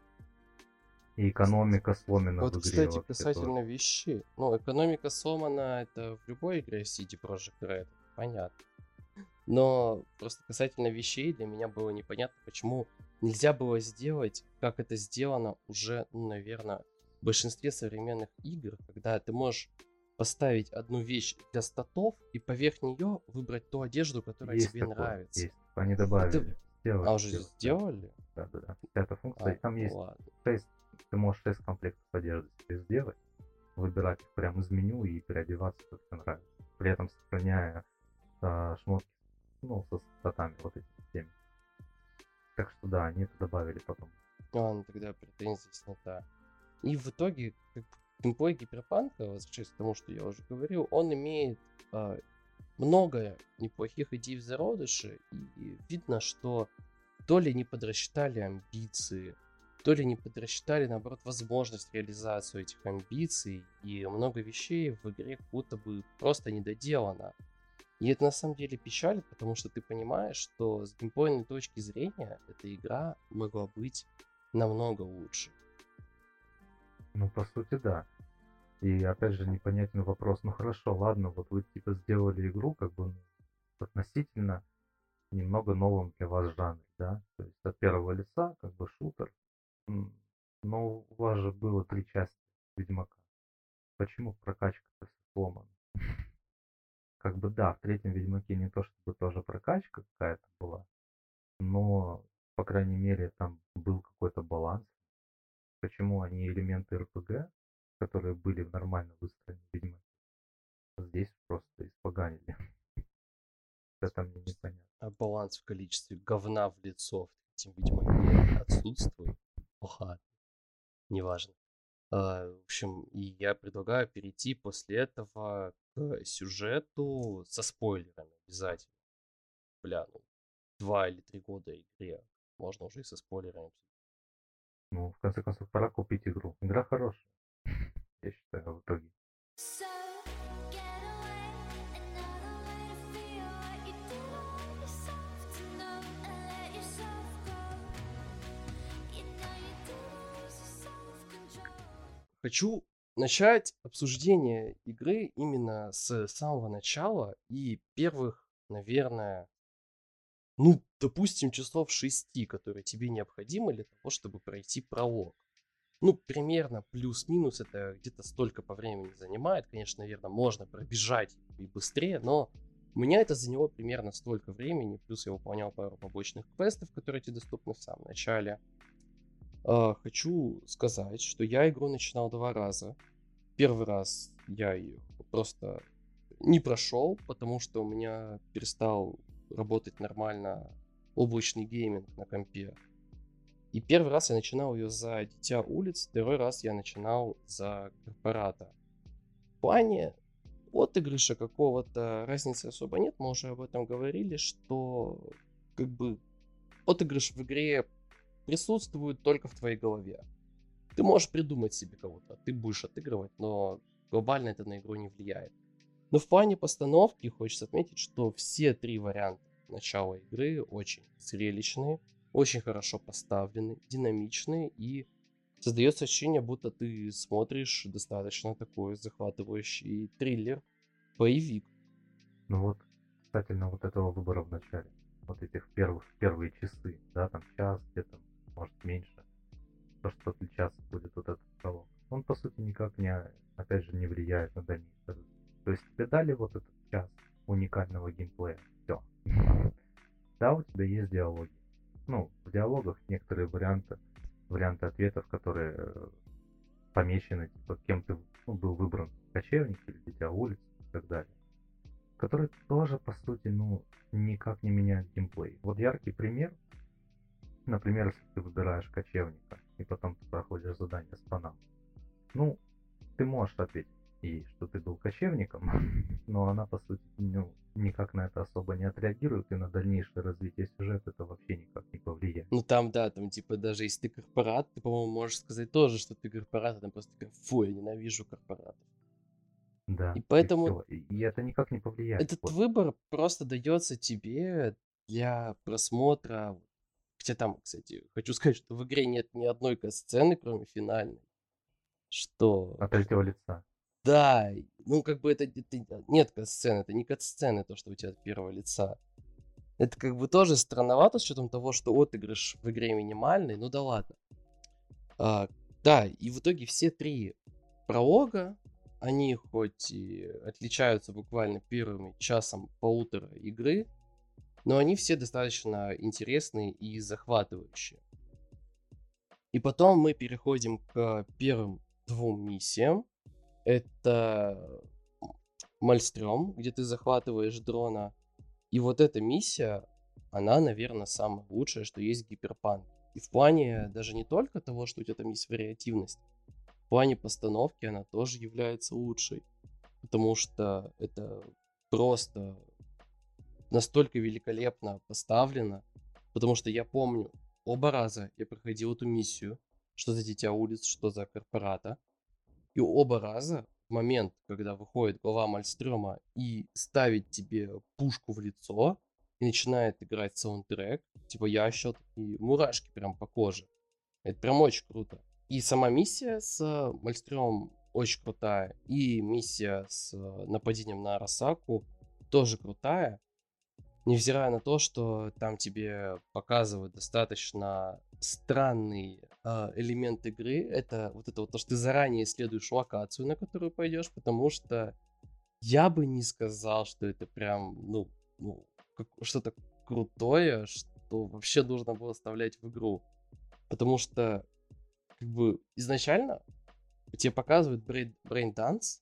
И экономика сломана Вот, в игре кстати, вообще тоже. касательно вещей. Ну, экономика сломана, это в любой игре си ди Projekt Red, понятно. Но просто касательно вещей для меня было непонятно, почему нельзя было сделать, как это сделано уже, ну, наверное, в большинстве современных игр, когда ты можешь поставить одну вещь для статов и поверх нее выбрать ту одежду, которая Есть тебе такое, нравится. есть. Они Это... добавили. Сделали, А, уже сделали, да. сделали? Да, да, да. Эта функция. А, И там ну есть ладно. шесть, ты можешь шесть комплектов одежды себе сделать, выбирать их прямо из меню и переодеваться, как тебе нравится. При этом сохраняя а, шмотки, ну, со статами вот этими всеми. Так что да, они это добавили потом. Ладно, тогда претензии снята. И в итоге, как бы, геймплей Киберпанка, возвращаясь к тому, что я уже говорил, он имеет а, много неплохих идей в зародыше, и видно, что то ли не подрасчитали амбиции, то ли не подрасчитали, наоборот, возможность реализации этих амбиций, и много вещей в игре как будто бы просто недоделано. И это на самом деле печалит, потому что ты понимаешь, что с геймплейной точки зрения эта игра могла быть намного лучше. Ну, по сути, да. И опять же непонятный вопрос. Ну хорошо, ладно, вот вы типа сделали игру, как бы ну, относительно немного новым для вас жанре, да? То есть от первого лица, как бы шутер. М, Но у вас же было три части Ведьмака. Почему прокачка-то вся сломана? Как бы да, в третьем Ведьмаке не то чтобы тоже прокачка какая-то была, но, по крайней мере, там был какой-то баланс. Почему они элементы эр пи джи, которые были в нормально выстроены в Ведьмаке, здесь просто испоганили. Это мне непонятно. А баланс в количестве говна в лицо в третьем Ведьмаке отсутствует. Ладно, неважно. А, в общем, и я предлагаю перейти после этого к сюжету со спойлерами обязательно. Бля, ну, два или три года игре. Можно уже и со спойлерами. Ну, в конце концов, пора купить игру. Игра хорошая, я считаю, в итоге. So get away, another way to feel what you do want yourself to know and let yourself go. You know you do lose your self-control. Хочу начать обсуждение игры именно с самого начала и первых, наверное, ну, допустим, часов шести, которые тебе необходимы для того, чтобы пройти пролог. Ну, примерно плюс-минус это где-то столько по времени занимает. Конечно, наверное, можно пробежать и быстрее, но у меня это заняло примерно столько времени. Плюс я выполнял пару побочных квестов, которые тебе доступны в самом начале. А, хочу сказать, что я игру начинал два раза. Первый раз я ее просто не прошел, потому что у меня перестал работать нормально облачный гейминг на компе. И первый раз я начинал ее за Дитя улиц, второй раз я начинал за Корпората. В плане отыгрыша какого-то разницы особо нет, мы уже об этом говорили, что как бы отыгрыш в игре присутствует только в твоей голове. Ты можешь придумать себе кого-то, ты будешь отыгрывать, но глобально это на игру не влияет. Но в плане постановки хочется отметить, что все три варианта начала игры очень зрелищные, очень хорошо поставлены, динамичные, и создается ощущение, будто ты смотришь достаточно такой захватывающий триллер, боевик. Ну вот, касательно вот этого выбора в начале, вот этих первых, первые часы, да, там час, где-то, может, меньше, то, что отличаться будет вот этот пролог, он, по сути, никак не, опять же, не влияет на дальнейшее. То есть тебе дали вот этот час уникального геймплея, все. Да, у тебя есть диалоги. Ну, в диалогах некоторые варианты, варианты ответов, которые э, помечены, типа, кем ты ну, был выбран, кочевник или дитя улиц и так далее. Которые тоже, по сути, ну, никак не меняют геймплей. Вот яркий пример, например, если ты выбираешь кочевника, и потом ты проходишь задание с панам. Ну, ты можешь ответить ей, что ты был кочевником, но она, по сути, ну, никак на это особо не отреагирует, и на дальнейшее развитие сюжета это вообще никак не повлияет. Ну там, да, там типа даже если ты корпорат, ты, по-моему, можешь сказать тоже, что ты корпорат, а там просто такая, фу, я ненавижу корпоратов. Да, И и поэтому все. И, и это никак не повлияет. этот Вот. выбор просто дается тебе для просмотра. Хотя там, кстати, хочу сказать, что в игре нет ни одной кат-сцены, кроме финальной. Что, От третьего лица. да, ну как бы это, это нет кат-сцены, это не кат-сцены, то, что у тебя от первого лица. Это как бы тоже странновато с учетом того, что отыгрыш в игре минимальный, ну да ладно. А, да, и в итоге все три пролога, они хоть и отличаются буквально первыми часом полутора игры, но они все достаточно интересные и захватывающие. И потом мы переходим к первым двум миссиям. Это Мальстрём, где ты захватываешь дрона. И вот эта миссия, она, наверное, самая лучшая, что есть в Гиперпанк. И в плане даже не только того, что у тебя там есть вариативность, в плане постановки она тоже является лучшей. Потому что это просто настолько великолепно поставлено. Потому что я помню, оба раза я проходил эту миссию, что за Дитя улиц, что за Корпората. И оба раза в момент, когда выходит глава Мальстрёма и ставит тебе пушку в лицо, и начинает играть саундтрек, типа я ощущал такие мурашки прям по коже. Это прям очень круто. И сама миссия с Мальстрёмом очень крутая. И миссия с нападением на Арасаку тоже крутая. Невзирая на то, что там тебе показывают достаточно странный э, элемент игры, это вот это вот то, что ты заранее исследуешь локацию, на которую пойдешь, потому что я бы не сказал, что это прям, ну, ну как, что-то крутое, что вообще нужно было вставлять в игру. Потому что, как бы, изначально тебе показывают Brain, Brain Dance,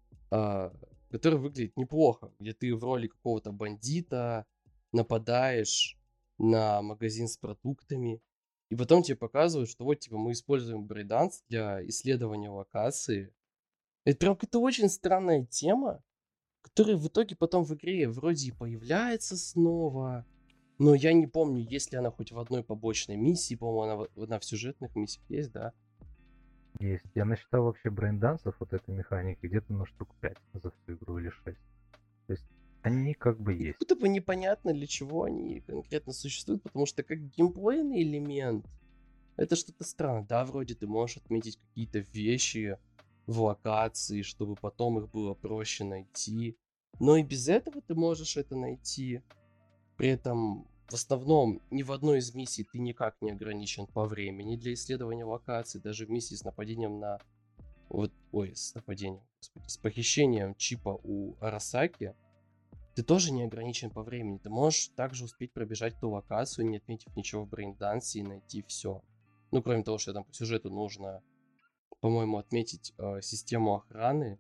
э, который выглядит неплохо, где ты в роли какого-то бандита нападаешь на магазин с продуктами, и потом тебе показывают, что вот, типа, мы используем брейданс для исследования локации. Это прям какая-то очень странная тема, которая в итоге потом в игре вроде и появляется снова, но я не помню, есть ли она хоть в одной побочной миссии, по-моему, она, в- она в сюжетных миссиях есть, да? Есть. Я насчитал вообще брейндансов вот этой механики где-то на штук пять за всю игру или шесть. То есть они как бы И как есть. будто бы непонятно, для чего они конкретно существуют, потому что как геймплейный элемент это что-то странное. Да, вроде ты можешь отметить какие-то вещи в локации, чтобы потом их было проще найти. Но и без этого ты можешь это найти. При этом в основном ни в одной из миссий ты никак не ограничен по времени для исследования локации. Даже в миссии с нападением на... Вот, ой, с нападением, господи, с похищением чипа у Арасаки ты тоже не ограничен по времени. Ты можешь также успеть пробежать ту локацию, не отметив ничего в брейндансе и найти все. Ну, кроме того, что там по сюжету нужно, по-моему, отметить э, систему охраны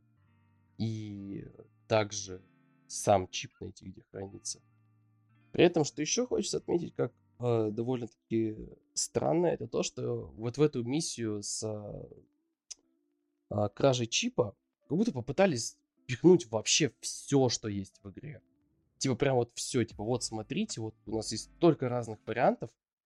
и также сам чип найти, где хранится. При этом, что еще хочется отметить, как э, довольно-таки странно, это то, что вот в эту миссию с э, кражей чипа как будто попытались пихнуть вообще все, что есть в игре. Типа прям вот все, типа вот смотрите, вот у нас есть столько разных вариантов,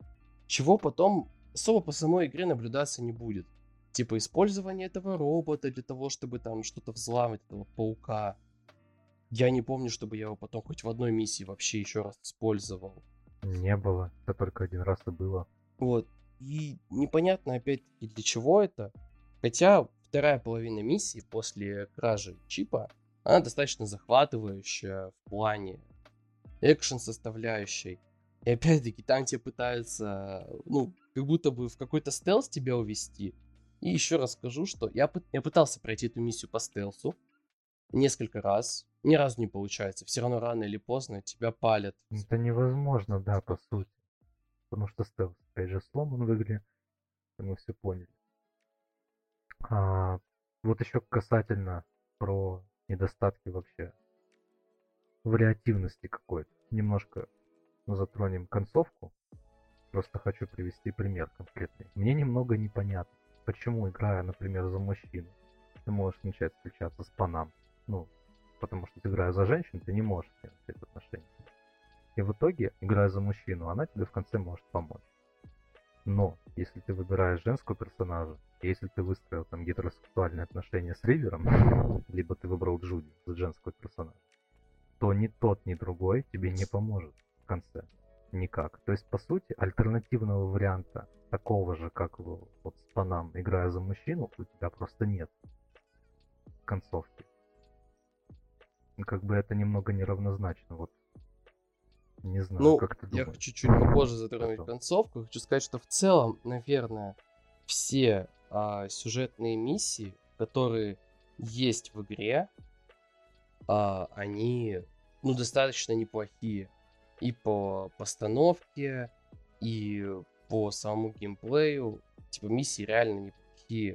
чего потом особо по самой игре наблюдаться не будет. Типа использование этого робота для того, чтобы там что-то взламывать, этого паука. Я не помню, чтобы я его потом хоть в одной миссии вообще еще раз использовал. Не было. Это только один раз и было. Вот. И непонятно опять-таки для чего это. Хотя вторая половина миссии после кражи чипа, она достаточно захватывающая в плане экшен составляющей. И опять-таки там тебе пытаются, ну, как будто бы в какой-то стелс тебя увести. И еще раз скажу, что я, пы- я пытался пройти эту миссию по стелсу несколько раз. Ни разу не получается. Все равно рано или поздно тебя палят. Это невозможно, да, по сути. Потому что стелс, опять же, сломан в игре. Мы все поняли. А, вот еще касательно про недостатки вообще вариативности какой-то. Немножко затронем концовку. Просто хочу привести пример конкретный. Мне немного непонятно, почему, играя, например, за мужчину, ты можешь начать встречаться с панам. Ну, потому что ты, играя за женщину, ты не можешь с ней начать отношения. И в итоге, играя за мужчину, она тебе в конце может помочь. Но, если ты выбираешь женского персонажа, и если ты выстроил там гетеросексуальные отношения с Ривером, либо ты выбрал Джуди за женского персонажа, то ни тот, ни другой тебе не поможет в конце. Никак. То есть, по сути, альтернативного варианта, такого же, как в- вот с Панам, играя за мужчину, у тебя просто нет в концовке. Ну, как бы это немного неравнозначно. Вот, не знаю, Ну, как ты я думаешь. хочу чуть попозже затронуть Потом. концовку. Хочу сказать, что в целом, наверное, все а, сюжетные миссии, которые есть в игре, а, они, ну, достаточно неплохие. И по постановке, и по самому геймплею. Типа, миссии реально неплохие.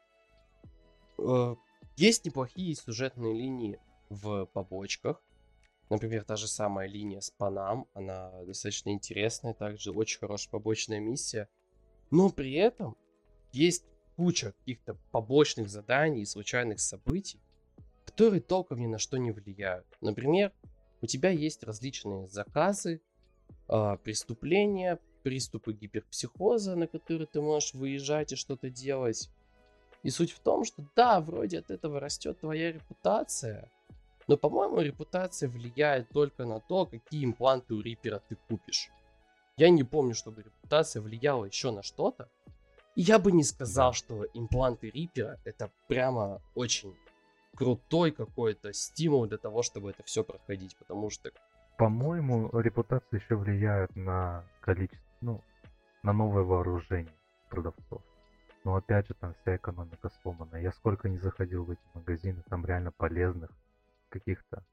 Э, Есть неплохие сюжетные линии в побочках. Например, та же самая линия с Панам, она достаточно интересная, также очень хорошая побочная миссия. Но при этом есть куча каких-то побочных заданий и случайных событий, которые толком ни на что не влияют. Например, у тебя есть различные заказы, а, преступления, приступы гиперпсихоза, на которые ты можешь выезжать и что-то делать. И суть в том, что да, вроде от этого растет твоя репутация, но, по-моему, репутация влияет только на то, какие импланты у Рипера ты купишь. Я не помню, чтобы репутация влияла еще на что-то. И я бы не сказал, Да. что импланты Рипера это прямо очень крутой какой-то стимул для того, чтобы это все проходить. Потому что, По-моему, репутация еще влияет на количество, ну, на новое вооружение продавцов. Но опять же, там вся экономика сломана. Я сколько не заходил в эти магазины, там реально полезных каких-то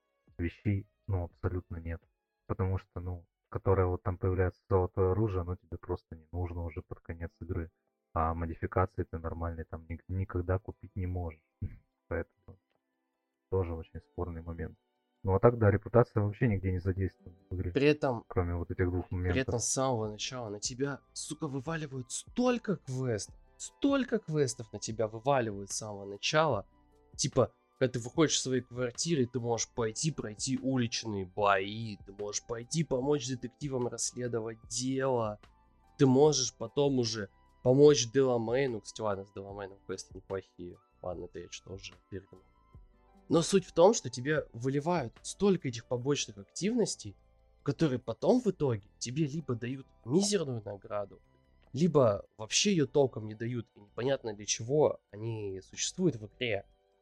вещей, ну, абсолютно нет. Потому что, ну, которое вот там появляется золотое оружие, оно тебе просто не нужно уже под конец игры. А модификации ты нормальные там ни- никогда купить не можешь. Поэтому тоже очень спорный момент. Ну а так, да, репутация вообще нигде не задействована в игре, при этом, кроме вот этих двух при моментов. этом с самого начала на тебя, сука, вываливают столько квестов. Столько квестов на тебя вываливают с самого начала. Типа, когда ты выходишь из своей квартиры, ты можешь пойти пройти уличные бои, ты можешь пойти помочь детективам расследовать дело, ты можешь потом уже помочь Деламейну. Кстати, ладно, с Деламейном квесты неплохие. Ладно, это я что уже перегнул. Но суть в том, что тебе выливают столько этих побочных активностей, которые потом в итоге тебе либо дают мизерную награду, либо вообще ее толком не дают, и непонятно для чего они существуют в игре.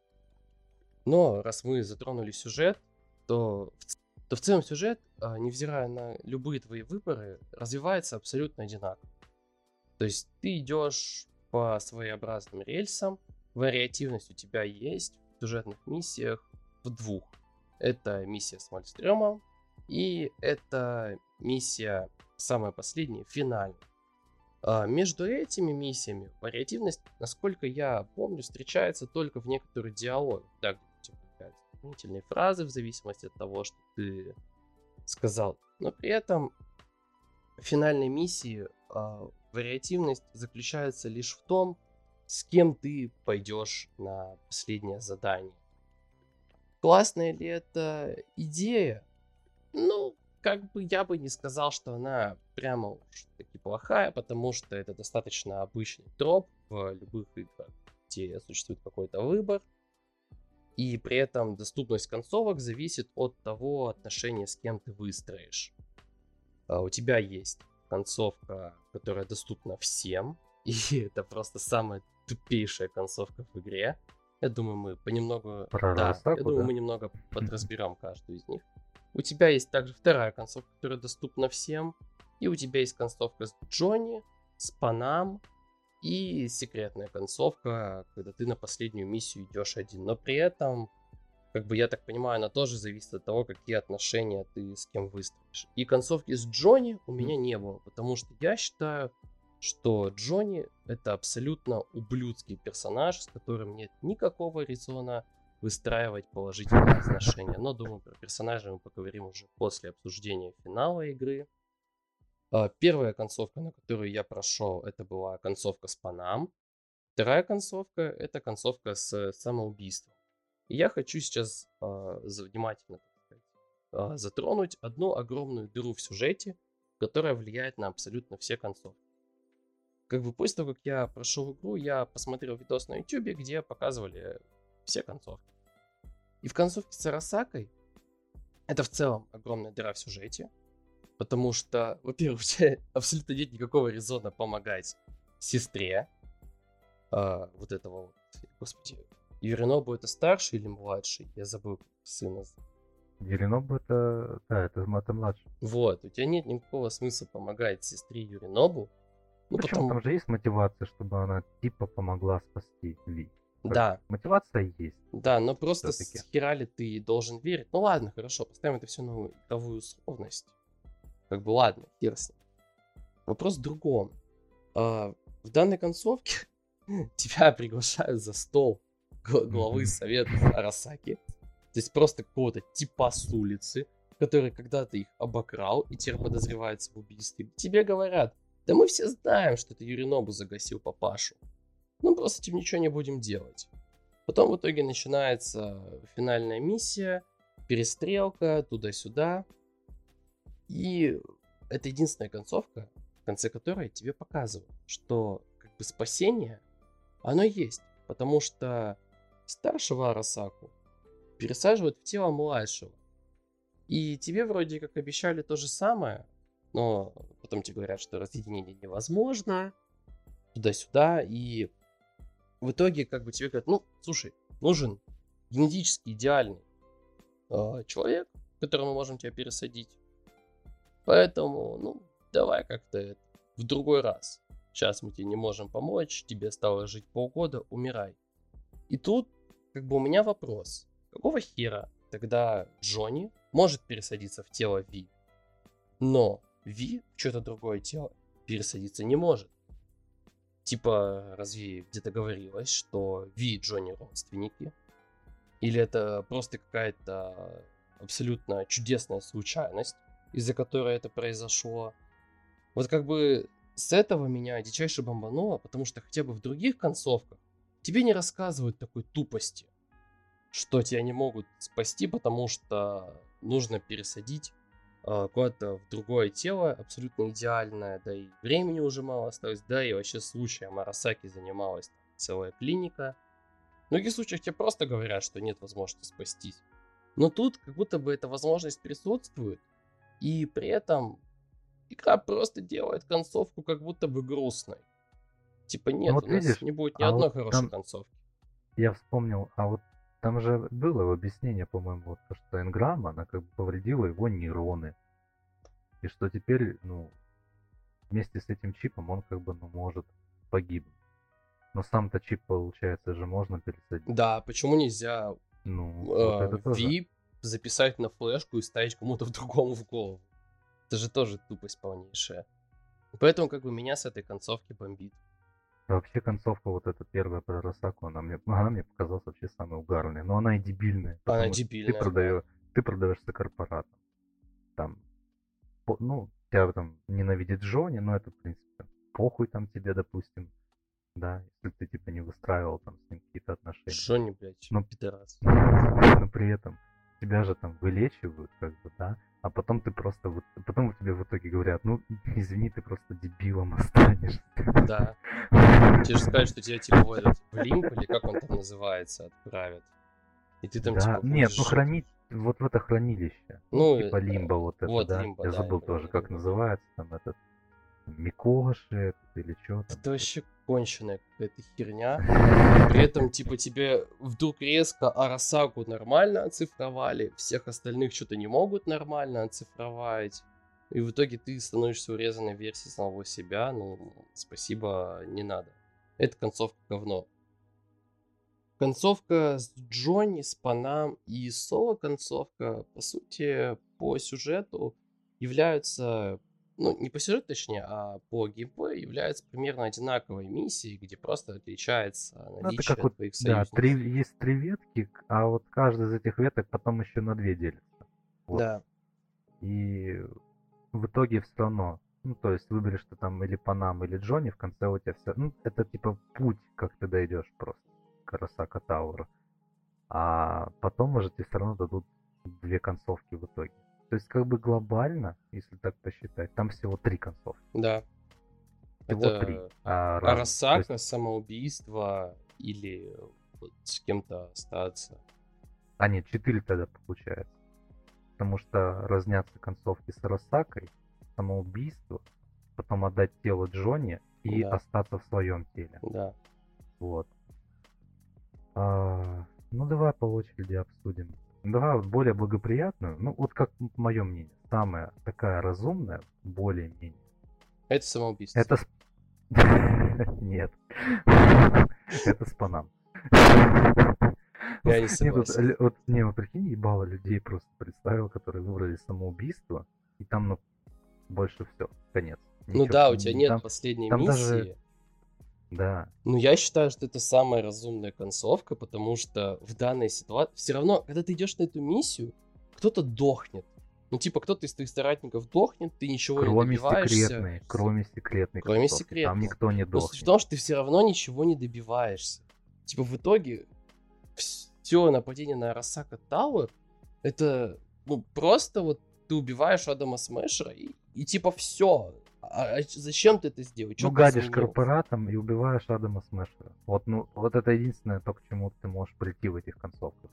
Но раз мы затронули сюжет, то в, ц- то в целом сюжет, а, невзирая на любые твои выборы, развивается абсолютно одинаково. То есть ты идешь по своеобразным рельсам, вариативность у тебя есть в сюжетных миссиях в двух. Это миссия с Мальстрёмом и это миссия, самая последняя, финальная. А между этими миссиями вариативность, насколько я помню, встречается только в некоторых диалогах. Да, где у тебя появляются дополнительные фразы в зависимости от того, что ты сказал. Но при этом в финальной миссии а, вариативность заключается лишь в том, с кем ты пойдешь на последнее задание. Классная ли это идея? Ну, как бы я бы не сказал, что она прямо уж таки плохая, потому что это достаточно обычный троп в любых играх, где существует какой-то выбор, и при этом доступность концовок зависит от того отношения, с кем ты выстроишь. А, У тебя есть концовка, которая доступна всем, и это просто самая тупейшая концовка в игре. Я думаю, мы понемногу... Про Да, я Рарасаку, думаю, да? мы немного подразберем каждую из них. У тебя есть также вторая концовка, которая доступна всем. И у тебя есть концовка с Джонни, с Панам и секретная концовка, когда ты на последнюю миссию идешь один. Но при этом, как бы я так понимаю, она тоже зависит от того, какие отношения ты с кем выстроишь. И концовки с Джонни у меня не было, потому что я считаю, что Джонни это абсолютно ублюдский персонаж, с которым нет никакого резона выстраивать положительные отношения. Но думаю, про персонажа мы поговорим уже после обсуждения финала игры. А, Первая концовка, на которую я прошел, это была концовка с Панам. Вторая концовка это концовка с самоубийством. И я хочу сейчас а, за- внимательно так сказать, а, затронуть одну огромную дыру в сюжете, которая влияет на абсолютно все концовки. Как бы после того, как я прошел игру, я посмотрел видос на YouTube, где показывали все концовки. И в концовке с Арасакой это в целом огромная дыра в сюжете, потому что, во-первых, у тебя абсолютно нет никакого резона помогать сестре а, вот этого вот, господи, Юринобу это старший или младший? Я забыл как сына. з- Юринобу это, да, это, м- это младший. Вот, у тебя нет никакого смысла помогать сестре Юринобу, ну Причем потому, там же есть мотивация, чтобы она типа помогла спасти Ви. Как бы да, мотивация есть да, но просто все-таки. с хера ли ты должен верить? Ну ладно, хорошо, поставим это все на игровую условность. Как бы ладно, хер с ним. Вопрос в другом. А, в данной концовке тебя приглашают за стол гла- главы Мгм. совета Арасаки. То есть просто какого-то типа с улицы, который когда-то их обокрал и теперь подозревается в убийстве. Тебе говорят, да мы все знаем, что это Юринобу загасил папашу. Ну просто этим ничего не будем делать. Потом в итоге начинается финальная миссия, перестрелка туда-сюда. И это единственная концовка, в конце которой тебе показывают, что как бы спасение, оно есть. Потому что старшего Арасаку пересаживают в тело младшего. И тебе вроде как обещали то же самое, но потом тебе говорят, что разъединение невозможно, туда-сюда. И в итоге как бы тебе говорят, ну, слушай, нужен генетически идеальный э, человек, которого мы можем тебя пересадить. Поэтому, ну, давай как-то это в другой раз. Сейчас мы тебе не можем помочь, тебе осталось жить полгода, умирай. И тут, как бы у меня вопрос. Какого хера тогда Джонни может пересадиться в тело Ви, но Ви в что-то другое тело пересадиться не может? Типа, разве где-то говорилось, что Ви и Джонни родственники? Или это просто какая-то абсолютно чудесная случайность, из-за которой это произошло? Вот как бы с этого меня дичайше бомбануло, потому что хотя бы в других концовках тебе не рассказывают такой тупости, что тебя не могут спасти, потому что нужно пересадить э, куда-то в другое тело, абсолютно идеальное, да и времени уже мало осталось, да и вообще случаем Арасаки занималась там целая клиника. В многих случаях тебе просто говорят, что нет возможности спастись. Но тут как будто бы эта возможность присутствует, и при этом игра просто делает концовку как будто бы грустной. Типа Ну нет, вот у нас видишь, не будет ни а одной вот хорошей там концовки. я вспомнил, а вот там же было объяснение, по-моему, вот то, что энграмма, она как бы повредила его нейроны. И что теперь, ну, вместе с этим чипом он как бы, ну, может погибнуть. Но сам-то чип, получается, же можно пересадить. Да, почему нельзя Ну, вот э, это тоже. V записать на флешку и ставить кому-то в другому в голову? Это же тоже тупость полнейшая. Поэтому как бы меня с этой концовки бомбит. А вообще концовка вот эта первая про Росаку, она мне, она мне показалась вообще самой угарной. Но она и дебильная, Она потому что ты дебильная, да. продаешь, ты продаешься корпоратам. Там, по- ну, тебя там ненавидит Джонни, но это, в принципе, похуй там тебе, допустим, да, если ты типа не выстраивал там с ним какие-то отношения. Джонни, блядь, Но, пидорас. но при этом тебя же там вылечивают, как бы, да, А потом ты просто... вот- Потом тебе в итоге говорят, ну, извини, ты просто дебилом останешься. Да. Тебе же скажут, что тебя типа в этот в лимб, или как он там называется, отправят. И ты там Да, типа нет, будешь ну жить. хранить вот в это хранилище. Ну, Ну, типа э, лимба вот это, вот да? лимбо, Я да, забыл именно тоже, как лимбо. называется там этот... Микоши этот или что там. Это вообще конченая какая-то херня. При этом, типа, тебе вдруг резко Арасаку нормально оцифровали, всех остальных что-то не могут нормально оцифровать. И в итоге ты становишься урезанной версией самого себя. Ну, спасибо, не надо. Это концовка говно. Концовка с Джонни, с Панам и соло-концовка, по сути, по сюжету являются, ну, не по сюжету точнее, а по геймплею являются примерно одинаковой миссией, где просто отличается Ну, это наличие как вот, твоих да, три, союзников. есть три ветки, к- а вот каждая из этих веток потом еще на две делится. Вот. Да, И в итоге все равно, ну, то есть выберешь ты там или Панам, или Джонни, в конце у тебя все, ну, это типа путь, как ты дойдешь просто к Арасака Тауэру. А потом уже тебе все равно дадут две концовки в итоге. То есть как бы глобально, если так посчитать, там всего три концовки. да. Всего три. Это А, разных. То есть, Арасака, самоубийство или вот с кем-то остаться. а нет, четыре тогда получается. Потому что разнятся концовки с Арасакой, самоубийство, потом отдать тело Джонни и Да. остаться в своем теле. Да. Вот. А, ну давай по очереди обсудим. Давай вот более благоприятную, ну вот как мое мнение, самая такая разумная, более-менее. Это самоубийство. Это с- Нет. Это с Панам. Я не Нет, вот, согласен. лю- вот, не, вот прикинь, ебало людей просто представил, которые выбрали самоубийство, и там, ну, больше все, конец. Ну Ничего, да, у тебя м, нет там, последней там миссии. даже, да, Ну, я считаю, что это самая разумная концовка, потому что в данной ситуации все равно, когда ты идешь на эту миссию, кто-то дохнет. Ну, типа, кто-то из твоих соратников дохнет, ты ничего не кроме добиваешься. секретной, кроме секретной Кроме концовки, там секретной. никто не Но суть в дохнет. том, что ты все равно ничего не добиваешься. Типа, в итоге, все нападение на Арасака Тауэр, это, ну, просто вот ты убиваешь Адама Смешера, и, и типа все. А, а зачем ты это сделал? Чё Ну, ты гадишь изменил? корпоратом и убиваешь Адама Смешера. Вот, ну, вот это единственное, то, к чему ты можешь прийти в этих концовках.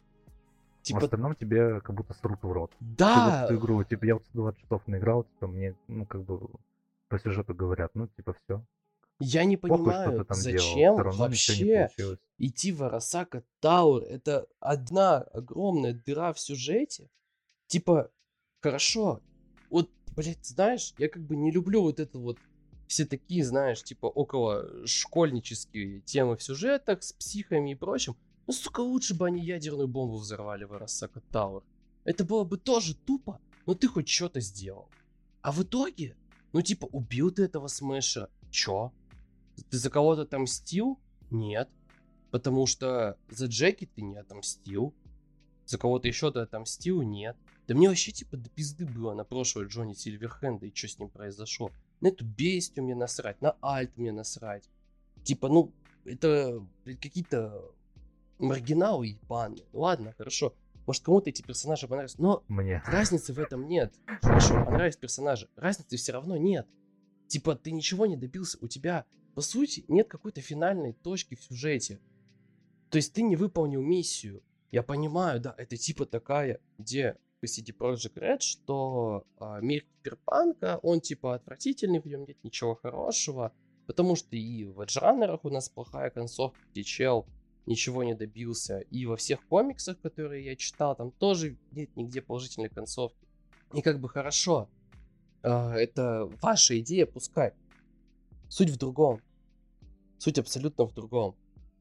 В Типа, остальном тебе как будто срут в рот. Ты вот да, эту игру, типа, я вот двадцать часов наиграл, типа, мне, ну, как бы, по сюжету говорят, ну, типа, все. я не Похуй, что ты понимаю, там делал, зачем все равно ничего не вообще получилось. идти в Арасака Тауэр. Это одна огромная дыра в сюжете. Типа, хорошо, вот, блядь, знаешь, я как бы не люблю вот это вот все такие, знаешь, типа около школьнические темы в сюжетах с психами и прочим. Ну, сука, лучше бы они ядерную бомбу взорвали в Арасака Тауэр. Это было бы тоже тупо, но ты хоть что-то сделал. А в итоге, ну, типа, убил ты этого Смэша. Чё? Ты за кого-то отомстил? Нет. Потому что за Джеки ты не отомстил. За кого-то еще ты отомстил? Нет. Да мне вообще типа до пизды было на прошлого Джонни Сильверхенда и что с ним произошло. На эту бестию мне насрать, на Альт мне насрать. Типа, ну, это блядь, какие-то маргиналы ебаные. Ладно, хорошо. Может, кому-то эти персонажи понравились, но Мне. разницы в этом нет. Хорошо, понравились персонажи. Разницы все равно нет. Типа, ты ничего не добился. У тебя, по сути, нет какой-то финальной точки в сюжете. То есть ты не выполнил миссию. Я понимаю, да, это типа такая идея по си ди Projekt Red, что а, мир киберпанка, он типа отвратительный, в нем нет ничего хорошего, потому что и в эдж-раннерах у нас плохая концовка, где чел ничего не добился, и во всех комиксах, которые я читал, там тоже нет нигде положительной концовки. И как бы хорошо, а, это ваша идея, пускай. Суть в другом. Суть абсолютно в другом.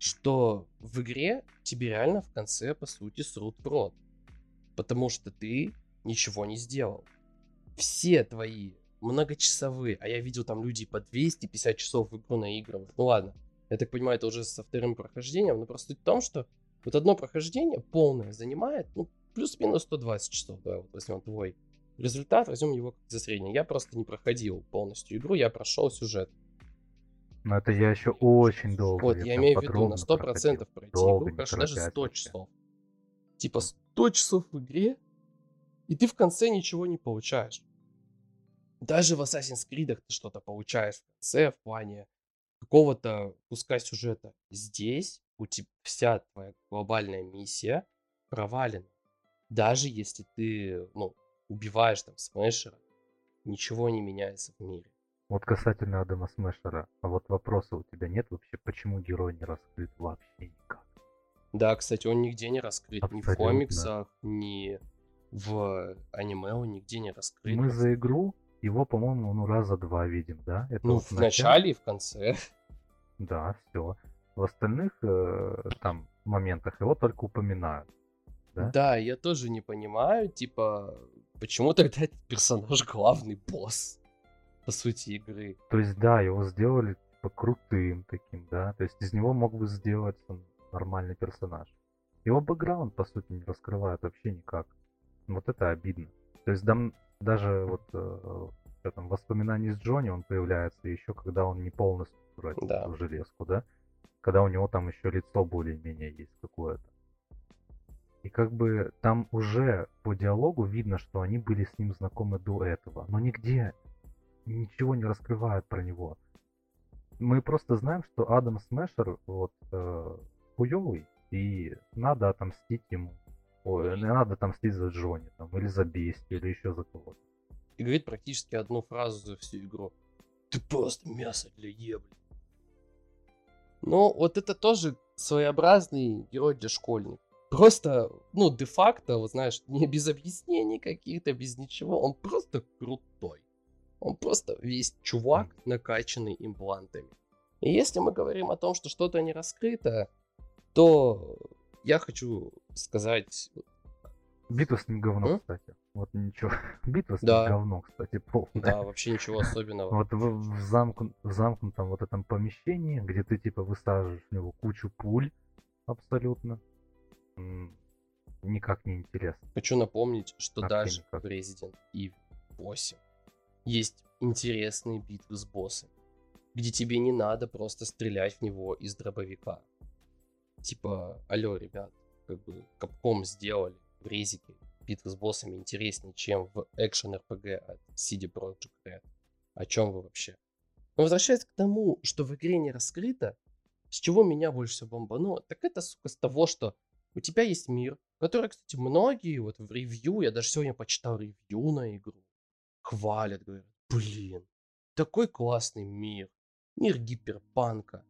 Что в игре тебе реально в конце, по сути, срут в рот. Потому что ты ничего не сделал. Все твои многочасовые, а я видел там люди по двести пятьдесят часов в игру наигрывают. Ну ладно, я так понимаю, это уже со вторым прохождением, но просто суть в том, что вот одно прохождение полное занимает, ну, плюс-минус сто двадцать часов, да, вот возьмем твой результат, возьмем его как за средний. Я просто не проходил полностью игру, я прошел сюжет. Но это я еще очень долго. Вот, я прям имею в виду на подробно сто процентов проходил. пройти игру, Долго, не хорошо, даже торопясь сто вообще. часов. Типа сто часов в игре, И ты в конце ничего не получаешь. Даже в Assassin's Creed ты что-то получаешь в конце в плане какого-то куска сюжета. Здесь у тебя вся твоя глобальная миссия провалена. Даже если ты, ну, убиваешь там смешера, ничего не меняется в мире. Вот касательно Адама Смешера, а вот вопроса у тебя нет вообще, почему герой не раскрыт вообще никак? Да, кстати, он нигде не раскрыт. Ни в Абсолютно. комиксах, ни в аниме он нигде не раскрыт. Мы за игру его, по-моему, ну раза два видим, да? Это Ну, вот в начало- начале и в конце. Да, все. В остальных э, там моментах его только упоминают. Да? Да, я тоже не понимаю, типа, почему тогда этот персонаж главный босс, по сути, игры. То есть, да, его сделали типа крутым таким, да. То есть из него мог бы сделать там, нормальный персонаж. Его бэкграунд, по сути, не раскрывают вообще никак. Вот это обидно. То есть дам, даже вот э, что там, воспоминания с Джонни он появляется еще, когда он не полностью превратился Да. в железку, да? Когда у него там еще лицо более-менее есть какое-то. И как бы там уже по диалогу видно, что они были с ним знакомы до этого. Но нигде ничего не раскрывают про него. Мы просто знаем, что Адам Смешер вот э, хуёвый, и надо отомстить ему. Ой, не надо отомстить за Джонни, там, или за Бестию, или еще за кого-то. И говорит практически одну фразу за всю игру. Ты просто мясо для ебли. Ну, вот это тоже своеобразный герой для школьников. Просто, ну, де-факто, вот знаешь, не без объяснений каких-то, без ничего. Он просто крутой. Он просто весь чувак, накачанный имплантами. И если мы говорим о том, что что-то не раскрыто, то я хочу сказать... Битва с ним говно, М? кстати. Вот ничего. Битва с ним Да. говно, кстати, полное. Да, вообще ничего особенного. Вот в, в, замкну- в замкнутом вот этом помещении, где ты типа высаживаешь в него кучу пуль абсолютно, м, никак не интересно. Хочу напомнить, что Вообще даже никак. в Resident Evil восемь есть интересные битвы с боссами, где тебе не надо просто стрелять в него из дробовика. Типа, алло, ребят, как бы Capcom сделали в Резике битвы с боссами интереснее, чем в экшен эр пи джи от си ди Projekt Red. О чем вы вообще? Но возвращаясь к тому, что в игре не раскрыто, с чего меня больше всего бомбануло, так это, сука, с того, что у тебя есть мир, который, кстати, многие вот в ревью, я даже сегодня почитал ревью на игру, хвалят, говорят, блин, такой классный мир, мир гиперпанка.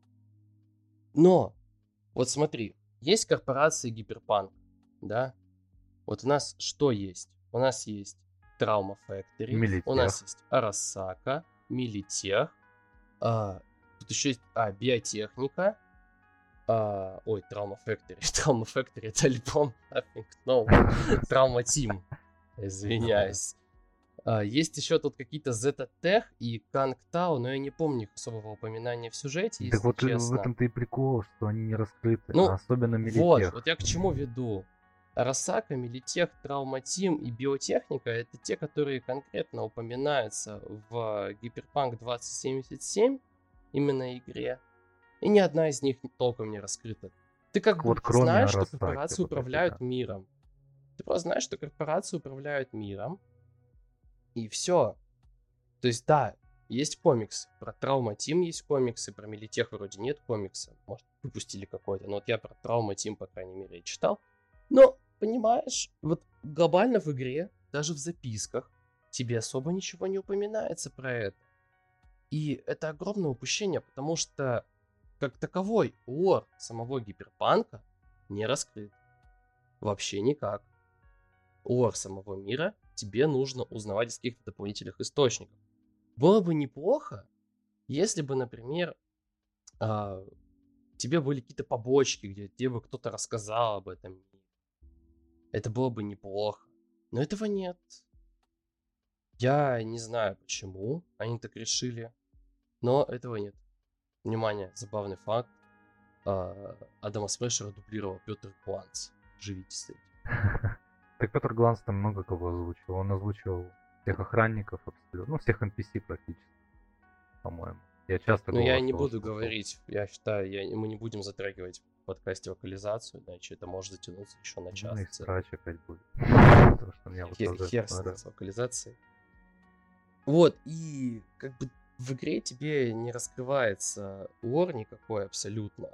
Но, вот смотри, есть корпорация гиперпанк, да? Вот у нас что есть? У нас есть Trauma Factory, Militech. у нас есть Arasaka, Militech, а, тут еще есть, а, биотехника, а, ой, Trauma Factory, Trauma Factory это альбом Nothing No, Trauma Team, извиняюсь. А, есть еще тут какие-то Zeta-Tech и Kangtao, но я не помню их особого упоминания в сюжете, если Так вот э, в честно. этом-то и прикол, что они не раскрыты, Ну, а особенно Вот, Militech. вот я к чему веду. Арасака, Милитех, Травма Тим и Биотехника — это те, которые конкретно упоминаются в Гиперпанк двадцать семьдесят семь, именно игре. И ни одна из них толком не раскрыта. Ты как Так бы вот, кроме знаешь, что Арасаки, корпорации вот этой, управляют да. миром. Ты просто знаешь, что корпорации управляют миром. И все. То есть, да, есть комиксы. Про Травма Тим есть комиксы, про Милитех вроде нет комикса. Может, выпустили какой-то. Но вот я про Травма Тим, по крайней мере, и читал. Но, понимаешь, вот глобально в игре, даже в записках, тебе особо ничего не упоминается про это. И это огромное упущение, потому что, как таковой, лор самого Гиперпанка не раскрыт. Вообще никак. Лор самого мира тебе нужно узнавать из каких-то дополнительных источников. Было бы неплохо, если бы, например, а, тебе были какие-то побочки, где тебе бы кто-то рассказал об этом мире. Это было бы неплохо. Но этого нет. Я не знаю, почему они так решили, но этого нет. Внимание, забавный факт. А, Адама Смешера дублировал Петр Кванц. Живите с этим. Так Петр Гланс там много кого озвучивал. Он озвучивал всех охранников абсолютно. Ну, всех эн пи си практически, по-моему. Я часто Но я голос не его буду слушал. говорить. Я считаю, я, мы не будем затрагивать в подкасте вокализацию, иначе это может затянуться еще на час. Ну и целый. срач опять будет. Потому что меня вот Хер, тоже хер с пора. ней, с вокализацией. Вот, и как бы в игре тебе не раскрывается лор никакой абсолютно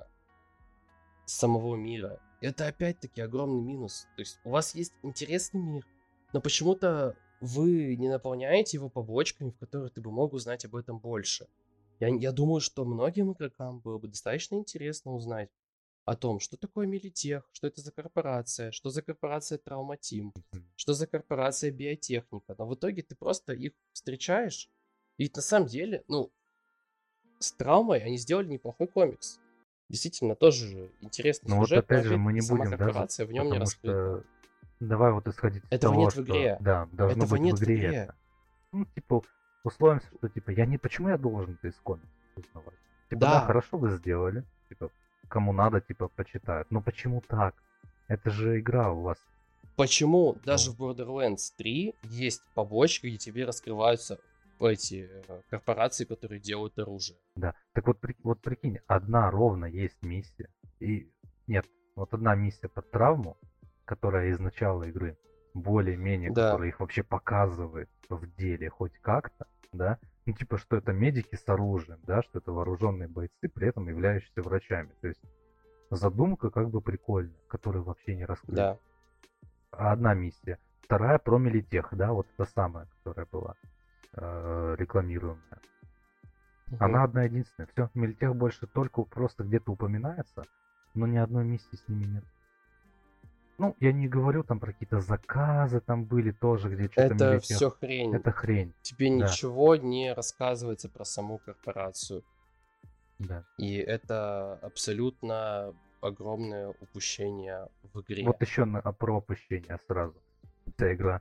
самого мира. Это опять-таки огромный минус. То есть у вас есть интересный мир, но почему-то вы не наполняете его побочками, в которых ты бы мог узнать об этом больше. Я, я думаю, что многим игрокам было бы достаточно интересно узнать о том, что такое Милитех, что это за корпорация, что за корпорация Травматим, что за корпорация Биотехника. Но в итоге ты просто их встречаешь. И ведь на самом деле, ну, с Травмой они сделали неплохой комикс. Действительно, тоже же интересный Ну вот сюжет, но опять же мы опять-таки не сама будем даже, корпорация в нем не потому раскрыта. что давай вот исходить из Этого того, нет в что игре. да, должно Этого быть нет в в игре игре. это. Ну, типа, условимся, что типа я не почему я должен это из комиксов узнавать. Типа, да, Да, хорошо вы сделали. Типа, кому надо, типа, почитают. Но почему так? Это же игра у вас. почему даже Ну, в Borderlands три есть побочки, где тебе раскрываются эти э, корпорации, которые делают оружие. да. Так вот, при- вот прикинь, одна ровно есть миссия. И нет, вот одна миссия под травму, которая из начала игры, более-менее, Да, которая их вообще показывает в деле хоть как-то, да. Ну, типа, что это медики с оружием, да, что это вооруженные бойцы, при этом являющиеся врачами. То есть задумка как бы прикольная, которую вообще не раскрыли. да. Одна миссия. Вторая про Милитех, да, вот та самая, которая была э, рекламируемая. Мгм. Она одна единственная. Все, Милитех больше только просто где-то упоминается, но ни одной миссии с ними нет. Ну, я не говорю там про какие-то заказы там были тоже, где что-то Это Милитех. все хрень. Это хрень, Тебе да, ничего не рассказывается про саму корпорацию. да. И это абсолютно огромное упущение в игре. Вот еще на, а, про опущение сразу. Вся игра.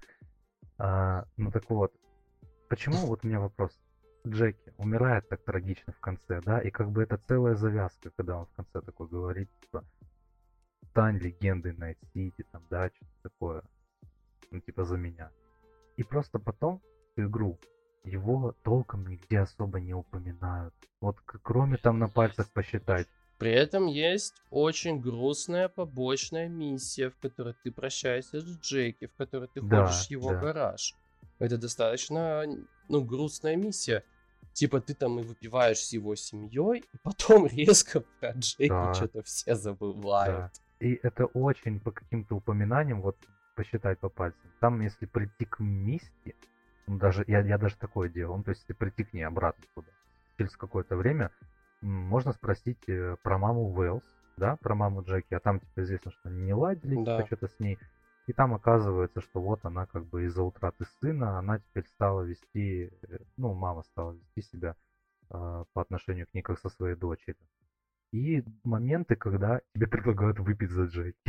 А, ну так вот, почему, вот у меня вопрос. Джеки умирает так трагично в конце, да, и как бы это целая завязка, когда он в конце такой говорит, типа, стань легендой Найт-Сити, там, да, что-то такое, ну, типа, за меня. И просто потом в игру его толком нигде особо не упоминают. Вот к- кроме там на пальцах посчитать. При этом есть очень грустная побочная миссия, в которой ты прощаешься с Джеки, в которой ты Да, ходишь в его да. гараж. Это достаточно, ну, грустная миссия. Типа ты там и выпиваешь с его семьей, и потом резко про Джеки Да, что-то все забывают. да. И это очень по каким-то упоминаниям, вот посчитать по пальцам. Там, если прийти к Мисти, ну, даже я, я даже такое делал, ну, то есть если прийти к ней обратно туда, через какое-то время, м, можно спросить э, про маму Уэллс, да, про маму Джеки, а там типа известно, что они не ладили, типа Да. что-то с ней. И там оказывается, что вот она как бы из-за утраты сына, она теперь стала вести, э, ну, мама стала вести себя э, по отношению к ней как со своей дочерью. И моменты, когда тебе предлагают выпить за Джеки.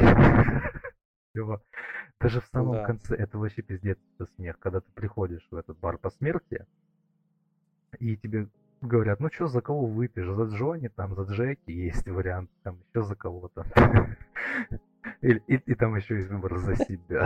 Всё. Даже в самом Да. конце это вообще пиздец, это смех, когда ты приходишь в этот бар посмертия, и тебе говорят, ну что, за кого выпьешь? За Джонни, там, за Джеки есть вариант, там еще за кого-то. И, и, и там еще есть выбор за себя.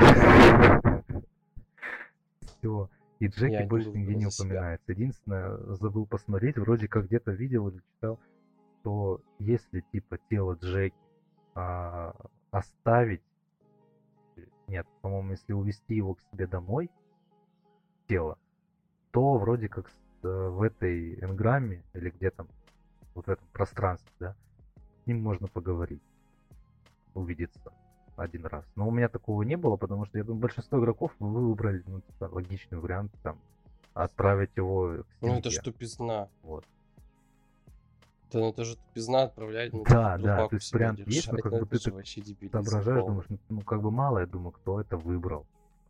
Все. И Джеки Я больше не нигде не выбрал за себя. упоминается. Единственное, забыл посмотреть, вроде как где-то видел или читал, что если типа тело Джеки а, оставить, нет, по-моему, если увезти его к себе домой, тело, то вроде как с- э, в этой энграмме или где там, вот в этом пространстве, да, с ним можно поговорить, увидеться один раз. Но у меня такого не было, потому что я думаю, большинство игроков вы выбрали, ну, типа, логичный вариант, там, отправить его к Ну это ж семье. тупизна. Вот. Да, ну это же тупизна отправлять, ну Да, типа да, то трупаку есть себя вариант есть, но держать. как Ну бы это ты же так вообще дебилизм соображаешь, полный. думаешь, ну, ну, как бы мало, я думаю, кто это выбрал.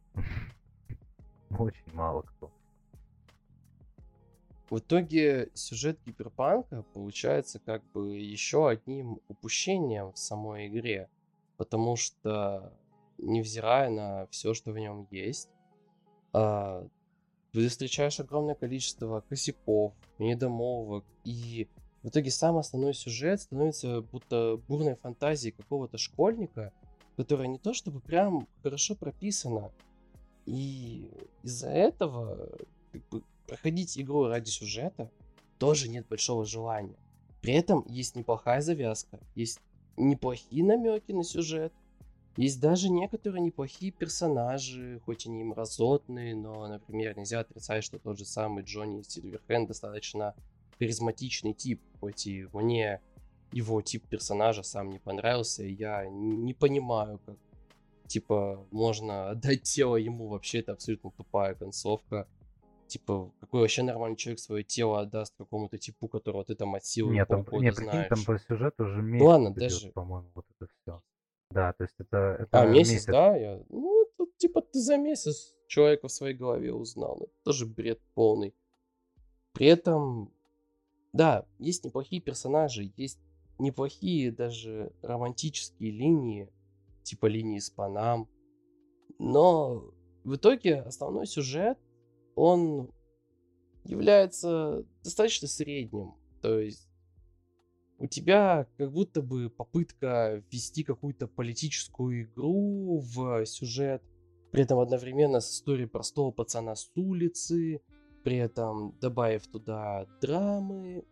Очень мало кто. В итоге сюжет Киберпанка получается как бы еще одним упущением в самой игре, потому что, невзирая на все, что в нем есть, а, ты встречаешь огромное количество косяков, недомолвок, и в итоге сам основной сюжет становится будто бурной фантазией какого-то школьника, которая не то чтобы прям хорошо прописана, и из-за этого как бы, проходить игру ради сюжета тоже нет большого желания. При этом есть неплохая завязка, есть неплохие намеки на сюжет. Есть даже некоторые неплохие персонажи, хоть они и мразотные, но, например, нельзя отрицать, что тот же самый Джонни Сильверхенд достаточно харизматичный тип, хоть и мне его тип персонажа сам не понравился, я не понимаю, как, типа, можно отдать тело ему, вообще это абсолютно тупая концовка. Типа, какой вообще нормальный человек свое тело отдаст какому-то типу, которого ты там от силы Нет, там, полгода не, прикинь, там знаешь. по сюжету уже Ну месяц ладно, идет, даже... по-моему, вот это все. Да, то есть это, А, это месяц, месяц. да? Я... Ну, тут, типа, ты за месяц человека в своей голове узнал. Ну, это тоже бред полный. При этом, да, есть неплохие персонажи, есть неплохие даже романтические линии, типа линии с Панам. Но в итоге основной сюжет, он является достаточно средним. То есть у тебя как будто бы попытка ввести какую-то политическую игру в сюжет, при этом одновременно с историей простого пацана с улицы, при этом добавив туда драмы.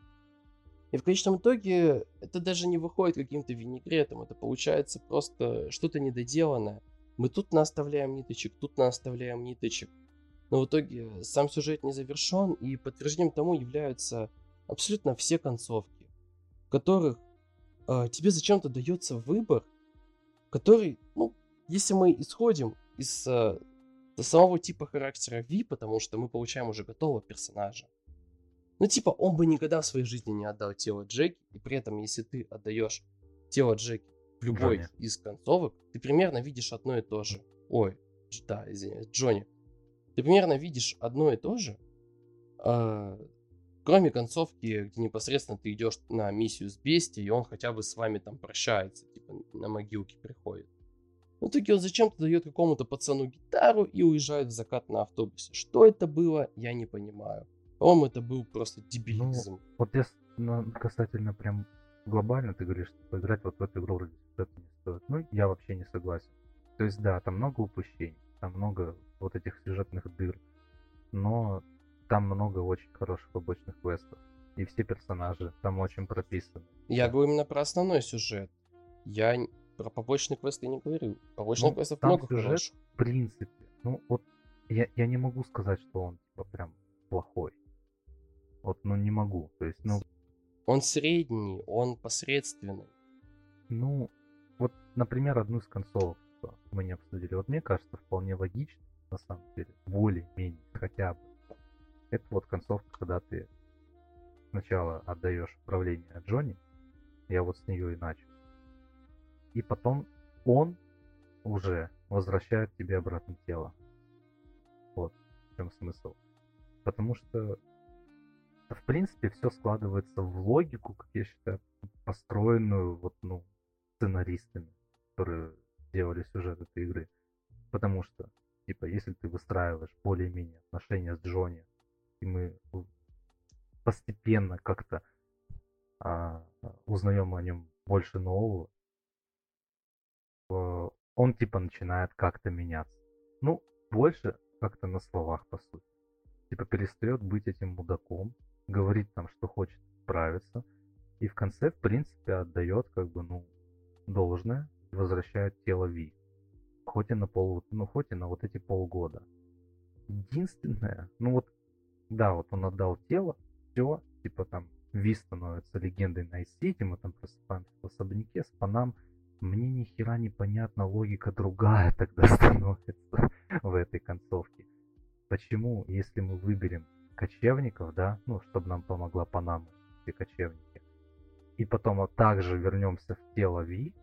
И в конечном итоге это даже не выходит каким-то винегретом, это получается просто что-то недоделанное. Мы тут наставляем ниточек, тут наставляем ниточек. Но в итоге сам сюжет не завершен, и подтверждением тому являются абсолютно все концовки, в которых э, тебе зачем-то дается выбор, который, ну, если мы исходим из э, самого типа характера Ви, потому что мы получаем уже готового персонажа. Ну, типа, он бы никогда в своей жизни не отдал тело Джеки, и при этом, если ты отдаешь тело Джеки в любой Джонни. из концовок, ты примерно видишь одно и то же. Ой, Дж- да, извиняюсь, Джонни. Ты примерно видишь одно и то же, а, кроме концовки, где непосредственно ты идешь на миссию с Бести, и он хотя бы с вами там прощается, типа на могилке приходит. В итоге он зачем-то дает какому-то пацану гитару и уезжает в закат на автобусе. Что это было, я не понимаю. По-моему, это был просто дебилизм. Вот если ну, касательно прям глобально, ты говоришь, что поиграть вот в эту игру вроде это не стоит. Ну, я вообще не согласен. То есть, да, там много упущений, там много вот этих сюжетных дыр, но там много очень хороших побочных квестов. И все персонажи там очень прописаны. Я Да. говорю именно про основной сюжет. Я н- про побочные квесты не говорю. Побочных Ну, квестов там много сюжет, хороших. в принципе, ну вот я, я не могу сказать, что он типа прям плохой. Вот, ну не могу. То есть, ну, Он средний, он посредственный. ну, вот, например, одну из концовок, что мы не обсудили. Вот мне кажется, вполне логично, на самом деле, более-менее, хотя бы. Это вот концовка, когда ты сначала отдаешь управление Джонни, я вот с нее и начал. И потом он уже возвращает тебе обратно тело. Вот в чем смысл. Потому что, в принципе, все складывается в логику, как я считаю, построенную вот, ну, сценаристами, которые делали сюжет этой игры. Потому что, типа, если ты выстраиваешь более-менее отношения с Джонни, и мы постепенно как-то а, узнаем о нем больше нового, э, он типа начинает как-то меняться. Ну, больше как-то на словах, по сути. Типа перестает быть этим мудаком, говорит там, что хочет справиться, и в конце, в принципе, отдает как бы, ну, должное, возвращает тело Ви. Хоть и на пол, ну, хоть и на вот эти полгода. Единственное, ну вот, да, вот он отдал тело, все, типа там Ви становится легендой Найт-Сити, мы там просыпаемся в особняке с Панам. Мне ни хера не понятна логика другая тогда становится в этой концовке. Почему, если мы выберем кочевников, да, ну, чтобы нам помогла Панама, эти кочевники, и потом вот также вернемся в тело Ви,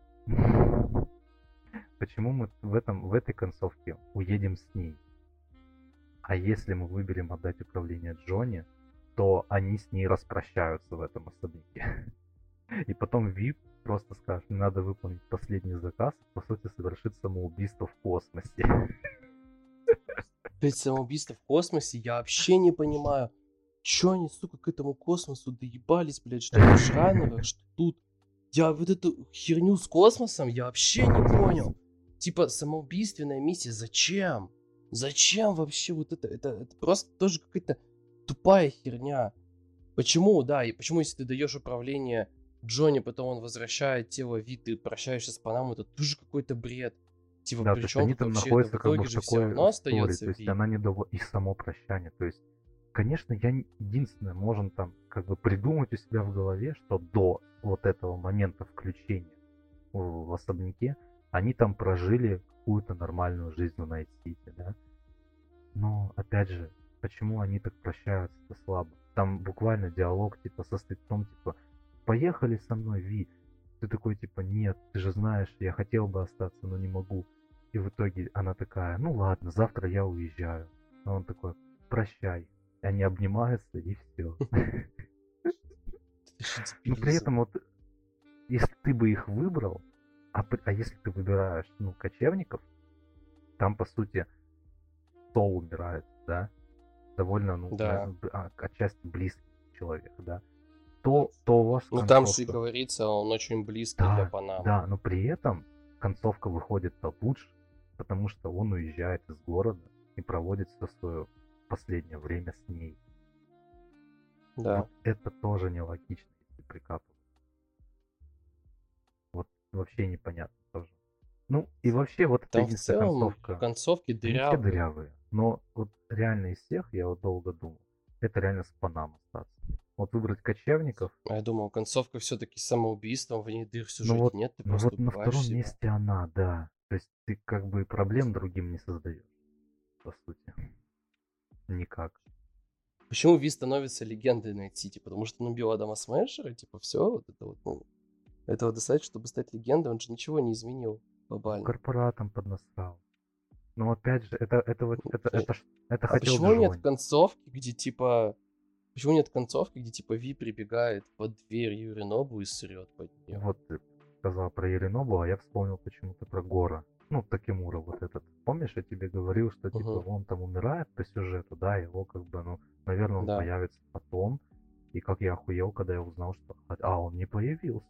почему мы в, этом, в этой концовке уедем с ней? А если мы выберем отдать управление Джонни, то они с ней распрощаются в этом особняке. И потом Ви просто скажет, мне надо выполнить последний заказ, по сути совершит самоубийство в космосе. Опять самоубийство в космосе, я вообще не понимаю, чё они, сука, к этому космосу доебались, блядь, что в жанрах, что тут. Я вот эту херню с космосом, я вообще не понял. Типа, самоубийственная миссия, зачем? Зачем вообще вот это? Это, это просто тоже какая-то тупая херня. Почему, да, и почему, если ты даешь управление Джонни потом он возвращает тело Ви, ты прощаешься с Панамой, это тоже какой-то бред. Типа, Да, при то есть чем они тут там вообще это? В находятся как бы итоге в же все такой равно истории, остается то есть Ви. она не дова... и само прощание, то есть, конечно, я не- единственное, можем там как бы придумать у себя в голове, что до вот этого момента включения в, в особняке они там прожили какую-то нормальную жизнь в Найт-Сити, да, но, опять же, почему они так прощаются-то слабо? Там буквально диалог, типа, состоит в том, типа, поехали со мной, Ви. Ты такой, типа, нет, ты же знаешь, я хотел бы остаться, но не могу. И в итоге она такая, ну ладно, завтра я уезжаю. А он такой, прощай. И они обнимаются, и все. Это же Но при дебилизм. этом вот, если ты бы их выбрал, а, при- а если ты выбираешь, ну, кочевников, там, по сути, Сол умирает, да? Довольно, ну, Да. на- б- а, отчасти близкий человек, да? То, то у вас Ну там же и концовка. говорится, он очень близкий для Да, Панамы. да, но при этом концовка выходит-то лучше, потому что он уезжает из города и проводит все свое последнее время с ней. Да. Вот это тоже нелогично, если прикапывать. Вот вообще непонятно тоже. Ну, и вообще, вот эта Там в единственная целом концовка. концовки Они все дырявые. дырявые. Но вот реально из всех, я вот долго думал, это реально с Панам остаться. Вот выбрать кочевников, А я думал, концовка все-таки самоубийством, в ней дыр в ну сюжете вот, нет, ты ну просто вот на убиваешь втором себя. месте она, да. То есть ты как бы проблем другим не создаешь, по сути. Никак. Почему Ви становится легендой Найт-Сити? Потому что он убил Адама Смешера, типа, все, вот это вот, ну, этого достаточно, чтобы стать легендой, он же ничего не изменил Ну, глобально. корпоратам поднасрал. Но опять же, это, это вот, это, Э, это, ж- это А хотел почему нет Джонни. концовки, где типа... Почему нет концовки, где типа Ви прибегает под дверь Юринобу и срет под нее? Вот ты сказал про Еринобу, а я вспомнил почему-то про Гора. Ну, Такемура вот этот. Помнишь, я тебе говорил, что типа Угу. он там умирает по сюжету, да, его как бы, ну, наверное, он Да. появится потом. И как я охуел, когда я узнал, что... А, он не появился.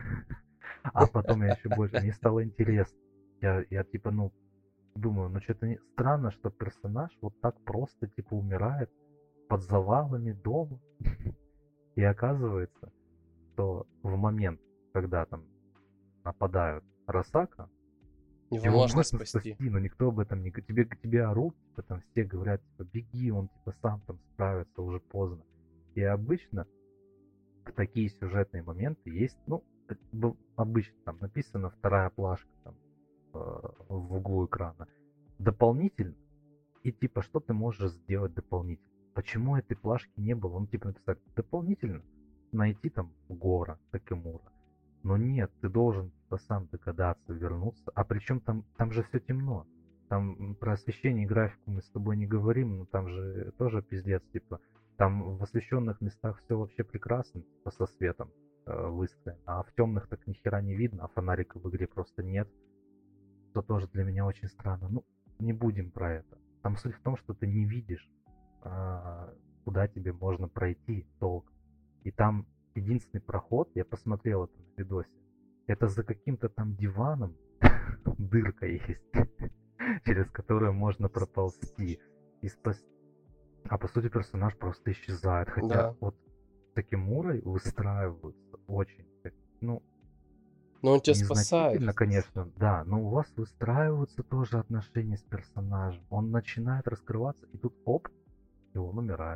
А потом я еще больше... Мне стало интересно. Я, я типа, ну, думаю, ну что-то не... странно, что персонаж вот так просто, типа, умирает под завалами дома. И оказывается, что в момент, когда там нападают Росака, Его его можно можно спасти. спасти, но никто об этом не говорит. Тебе, тебе орут, типа, там все говорят, типа, беги, он типа сам там справится, уже поздно. И обычно в такие сюжетные моменты есть, ну, это б- обычно там написано вторая плашка там э, в углу экрана. Дополнительно. И типа, что ты можешь сделать дополнительно? Почему этой плашки не было? Он типа написать дополнительно найти там Гора, Такемура. Но нет, ты должен типа, сам догадаться вернуться. А причем там, там же все темно. Там м, про освещение и графику мы с тобой не говорим, но там же тоже пиздец, типа. Там в освещенных местах все вообще прекрасно, типа со светом э, выстроено. А в темных так ни хера не видно, а фонарика в игре просто нет. Что тоже для меня очень странно. Ну, не будем про это. Там суть в том, что ты не видишь, а, куда тебе можно пройти толком. И там единственный проход, я посмотрел это на видосе, это за каким-то там диваном дырка есть, через которую можно проползти и спасти. А по сути персонаж просто исчезает. Хотя Да. вот с Такемурой выстраиваются очень, так, ну, Но он тебя спасает. незначительно, конечно, да, но у вас выстраиваются тоже отношения с персонажем. Он начинает раскрываться, и тут оп, и он умирает.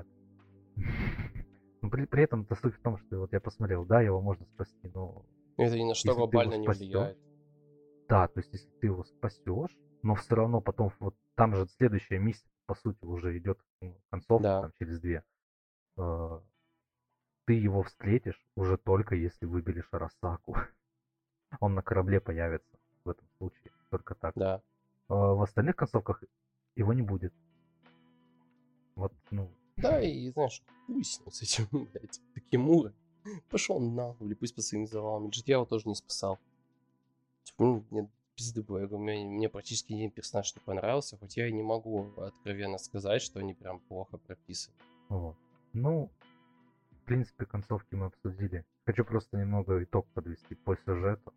Но при, при этом-то суть в том, что вот я посмотрел, да, его можно спасти, но Это ни на что если ты его глобально не спасешь, влияет. да, то есть если ты его спасешь, но все равно потом вот там же следующая миссия, по сути, уже идет ну, концовка Да. там через две. Э, Ты его встретишь уже только если выберешь Арасаку. Он на корабле появится в этом случае, только так. Да. А в остальных концовках его не будет. Вот, ну, Да, и знаешь, хуй с ним, с этим, блядь, Такемура. Пошел нахуй, или пусть по своим делам. Джет я его тоже не спасал. Типа, ну, мне пизды было. Я говорю, мне, мне практически ни один персонаж не понравился, хоть я и не могу откровенно сказать, что они прям плохо прописаны. вот. Ну, в принципе, концовки мы обсудили. Хочу просто немного итог подвести по сюжету.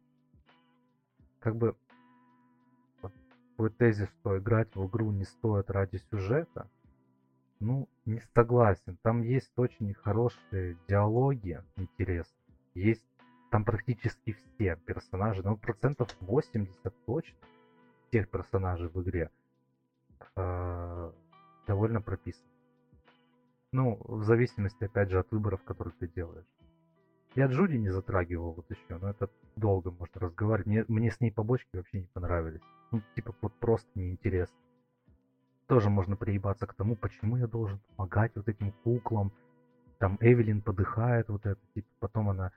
Как бы вот твой тезис, что играть в игру не стоит ради сюжета, ну, не согласен. Там есть очень хорошие диалоги интересные. Есть там практически все персонажи, ну, процентов восемьдесят точно всех персонажей в игре э, довольно прописаны. Ну, в зависимости, опять же, от выборов, которые ты делаешь. Я Джуди не затрагивал вот еще, но это долго можно разговаривать. Мне, мне с ней побочки вообще не понравились. Ну, типа, вот просто неинтересно. Тоже можно приебаться к тому, почему я должен помогать вот этим куклам. Там Эвелин подыхает, вот это, типа, потом она...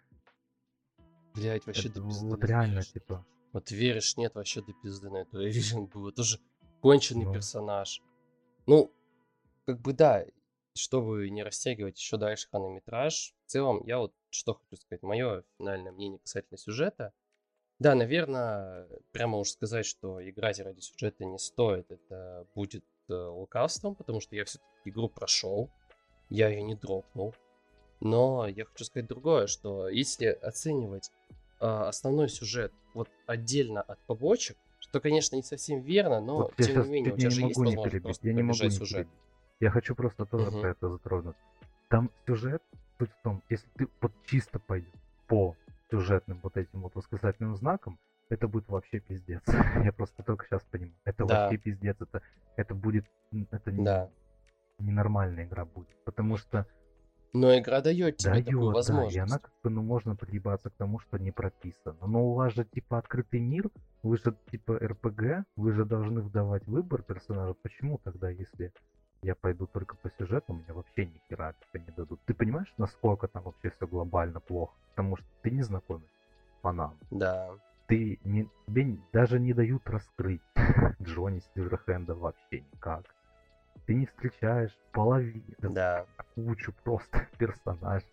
Блять, вообще Это до пизды. вот не реально, веришь. типа... Вот веришь, нет, вообще до пизды на эту Эвелин было. Тоже конченый Ну. персонаж. Ну, как бы да, чтобы не растягивать еще дальше хронометраж, в целом, я вот что хочу сказать, мое финальное мнение касательно сюжета. Да, наверное, прямо уж сказать, что играть ради сюжета не стоит, это будет э, лукавством, потому что я все-таки игру прошел, я ее не дропнул. Но я хочу сказать другое, что если оценивать э, основной сюжет вот отдельно от побочек, что, конечно, не совсем верно, но Вот я тем не сейчас менее, у чуть тебя не же есть могу не возможность перебить. просто Я не могу пробежать не сюжет. перебить. Я хочу просто тоже Мгм. про это затронуть. Там сюжет, суть в том, если ты вот чисто пойдешь по сюжетным вот этим вот восклицательным знакам, это будет вообще пиздец. Я просто только сейчас понимаю. Это Да. вообще пиздец. Это, это будет... м, Это не, Да. ненормальная игра будет. Потому что Но игра дает тебе такую дает, да, и она возможность. как бы, ну, можно приебаться к тому, что не прописано. Но у вас же, типа, открытый мир, вы же, типа, эр пи джи, вы же должны вдавать выбор персонажа. Почему тогда, если я пойду только по сюжету, мне вообще ни хера типа, не дадут? Ты понимаешь, насколько там вообще все глобально плохо? Потому что ты не знакомишь с фанатом. Да. Ты не, тебе не- даже не дают раскрыть Джонни Сильверхенда вообще никак. Ты не встречаешь половину, Да. кучу просто персонажей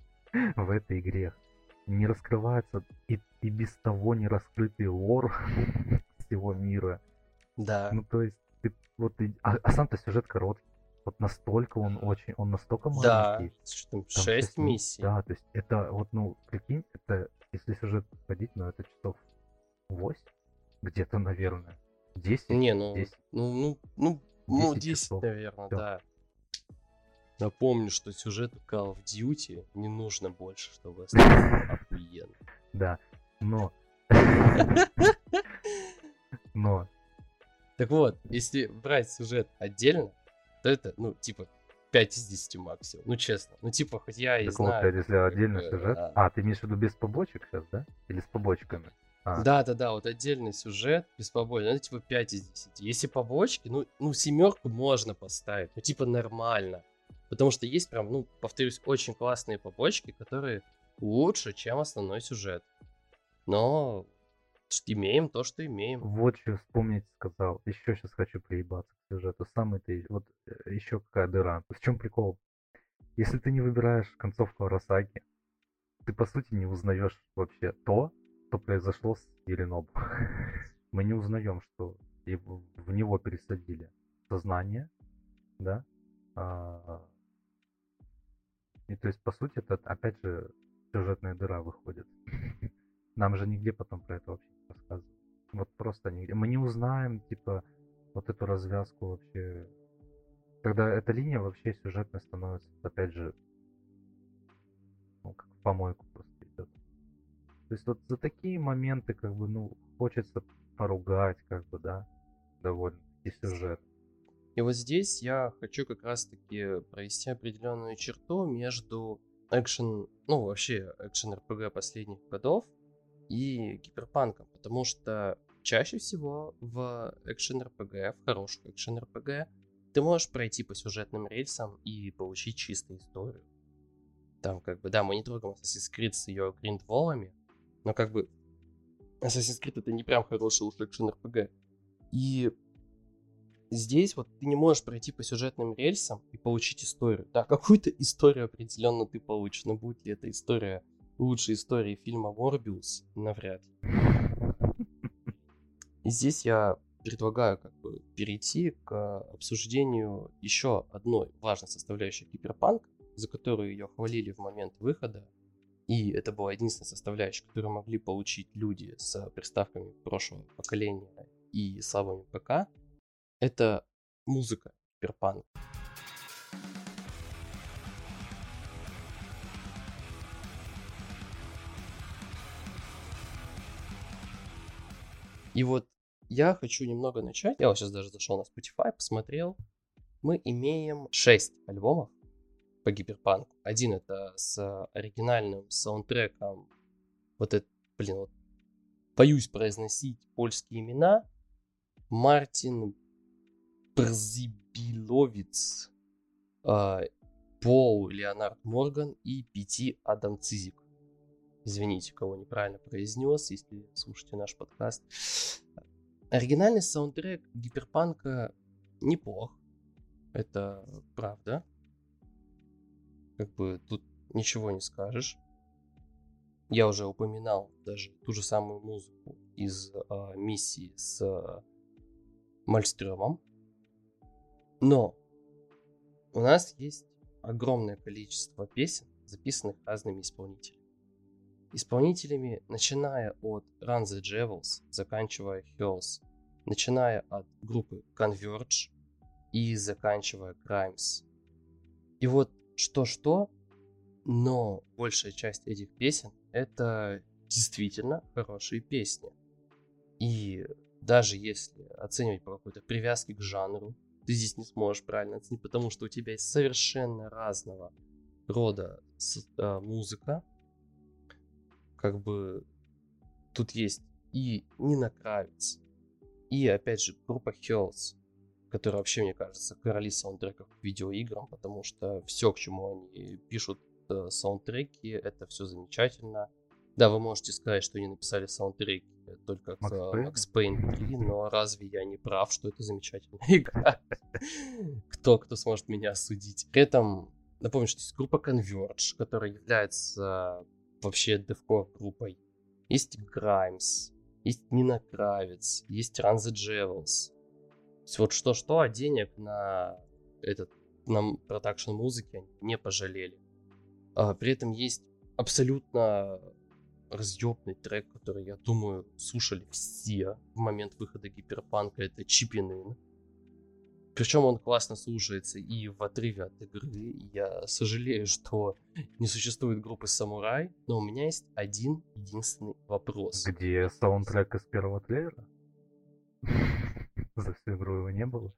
в этой игре. Не раскрывается и, и без того не раскрытый лор всего мира. Да. Ну, то есть, ты вот и- а, а сам-то сюжет короткий. Вот настолько он очень, он настолько Да. маленький. Что там, Там шесть шесть ми- миссий. Да, то есть это вот, ну, прикинь, это, если сюжет ходить, ну, это часов восемь где-то, наверное. десять, Не, ну, десять, ну, ну, ну, ну, десять десять, часов. наверное, Всё. да. Напомню, что сюжету Call of Duty не нужно больше, чтобы оставаться охуенно. Да, но... Но, Так вот, если брать сюжет отдельно, то это, ну, типа, пять из десяти максимум. Ну, честно. Ну, типа, хоть я и так вот, знаю... если как отдельный бы, сюжет... а, А, ты имеешь в виду без побочек сейчас, да? Или с побочками? А, Да-да-да, вот отдельный сюжет без побочек, ну, типа пять из десяти. Если побочки, ну, ну семерку можно поставить, ну, типа нормально. Потому что есть прям, ну, повторюсь, очень классные побочки, которые лучше, чем основной сюжет. Но ш- имеем то, что имеем. вот что вспомнить сказал. Еще сейчас хочу приебаться к сюжету. Самый ты... Вот еще какая дыра. В чем прикол? Если ты не выбираешь концовку Арасаки, ты по сути не узнаешь вообще то, что произошло с Еринобу. Мы не узнаем, что его- в него пересадили сознание, да? А, И то есть, по сути, это опять же сюжетная дыра выходит. Нам же нигде потом про это вообще не рассказывают. Вот просто нигде. Мы не узнаем, типа, вот эту развязку вообще. Когда эта линия вообще сюжетная становится, опять же, ну, как в помойку просто идет. То есть вот за такие моменты, как бы, ну, хочется поругать, как бы, да, довольно и сюжет. И вот здесь я хочу как раз-таки провести определенную черту между экшен, ну вообще экшен эр пи джи последних годов и киберпанком, потому что чаще всего в экшен эр пи джи, в хороших экшен эр пи джи, ты можешь пройти по сюжетным рельсам и получить чистую историю. Там как бы, да, мы не трогаем Assassin's Creed с ее гриндволами, но как бы Assassin's Creed это не прям хороший уж экшен эр пи джи. И здесь вот ты не можешь пройти по сюжетным рельсам и получить историю. Да, какую-то историю определенно ты получишь, но будет ли эта история лучшей истории фильма Морбиус? Навряд ли. И здесь я предлагаю как бы перейти к обсуждению еще одной важной составляющей киберпанка, за которую ее хвалили в момент выхода. И это была единственная составляющая, которую могли получить люди с приставками прошлого поколения и слабыми ПК. Это музыка киберпанк. И вот я хочу немного начать. Я вот сейчас даже зашел на Spotify, посмотрел. Мы имеем шесть альбомов по гиперпанку. Один это с оригинальным саундтреком. Вот это, блин, вот боюсь произносить польские имена. Мартин Брзибиловиц, а, Пол Леонард Морган и Пяти Адам Цизик. Извините, кого неправильно произнес, если слушаете наш подкаст. Оригинальный саундтрек гиперпанка неплох. Это правда. Как бы тут ничего не скажешь. Я уже упоминал даже ту же самую музыку из а, миссии с а, Мальстрёмом. Но у нас есть огромное количество песен, записанных разными исполнителями. Исполнителями, начиная от Run the Jewels, заканчивая Hills, начиная от группы Converge и заканчивая Grimes. И вот что-что, но большая часть этих песен это действительно хорошие песни. И даже если оценивать по какой-то привязке к жанру, ты здесь не сможешь правильно оценить, потому что у тебя есть совершенно разного рода с, а, музыка. Как бы тут есть и Нина Кравец, и опять же группа Hills, которая вообще, мне кажется, короли саундтреков к видеоиграм, потому что все, к чему они пишут э, саундтреки, это все замечательно. Да, вы можете сказать, что они написали саундтреки только к Max э, Payne? Max Payne три, но разве я не прав, что это замечательная игра? Кто, кто сможет меня осудить? При этом напомню, что есть группа Converge, которая является вообще девкор группой. Есть Grimes, есть Нина Кравец, есть Run the Jewels. То есть вот что-что, а денег на этот, на продакшн музыки они не пожалели. А, при этом есть абсолютно разъебный трек, который, я думаю, слушали все в момент выхода гиперпанка. Это Chippin' In. Причем он классно слушается и в отрыве от игры. Я сожалею, что не существует группы Самурай, но у меня есть один единственный вопрос. Где саундтрек из первого трейлера? За всю игру его не было.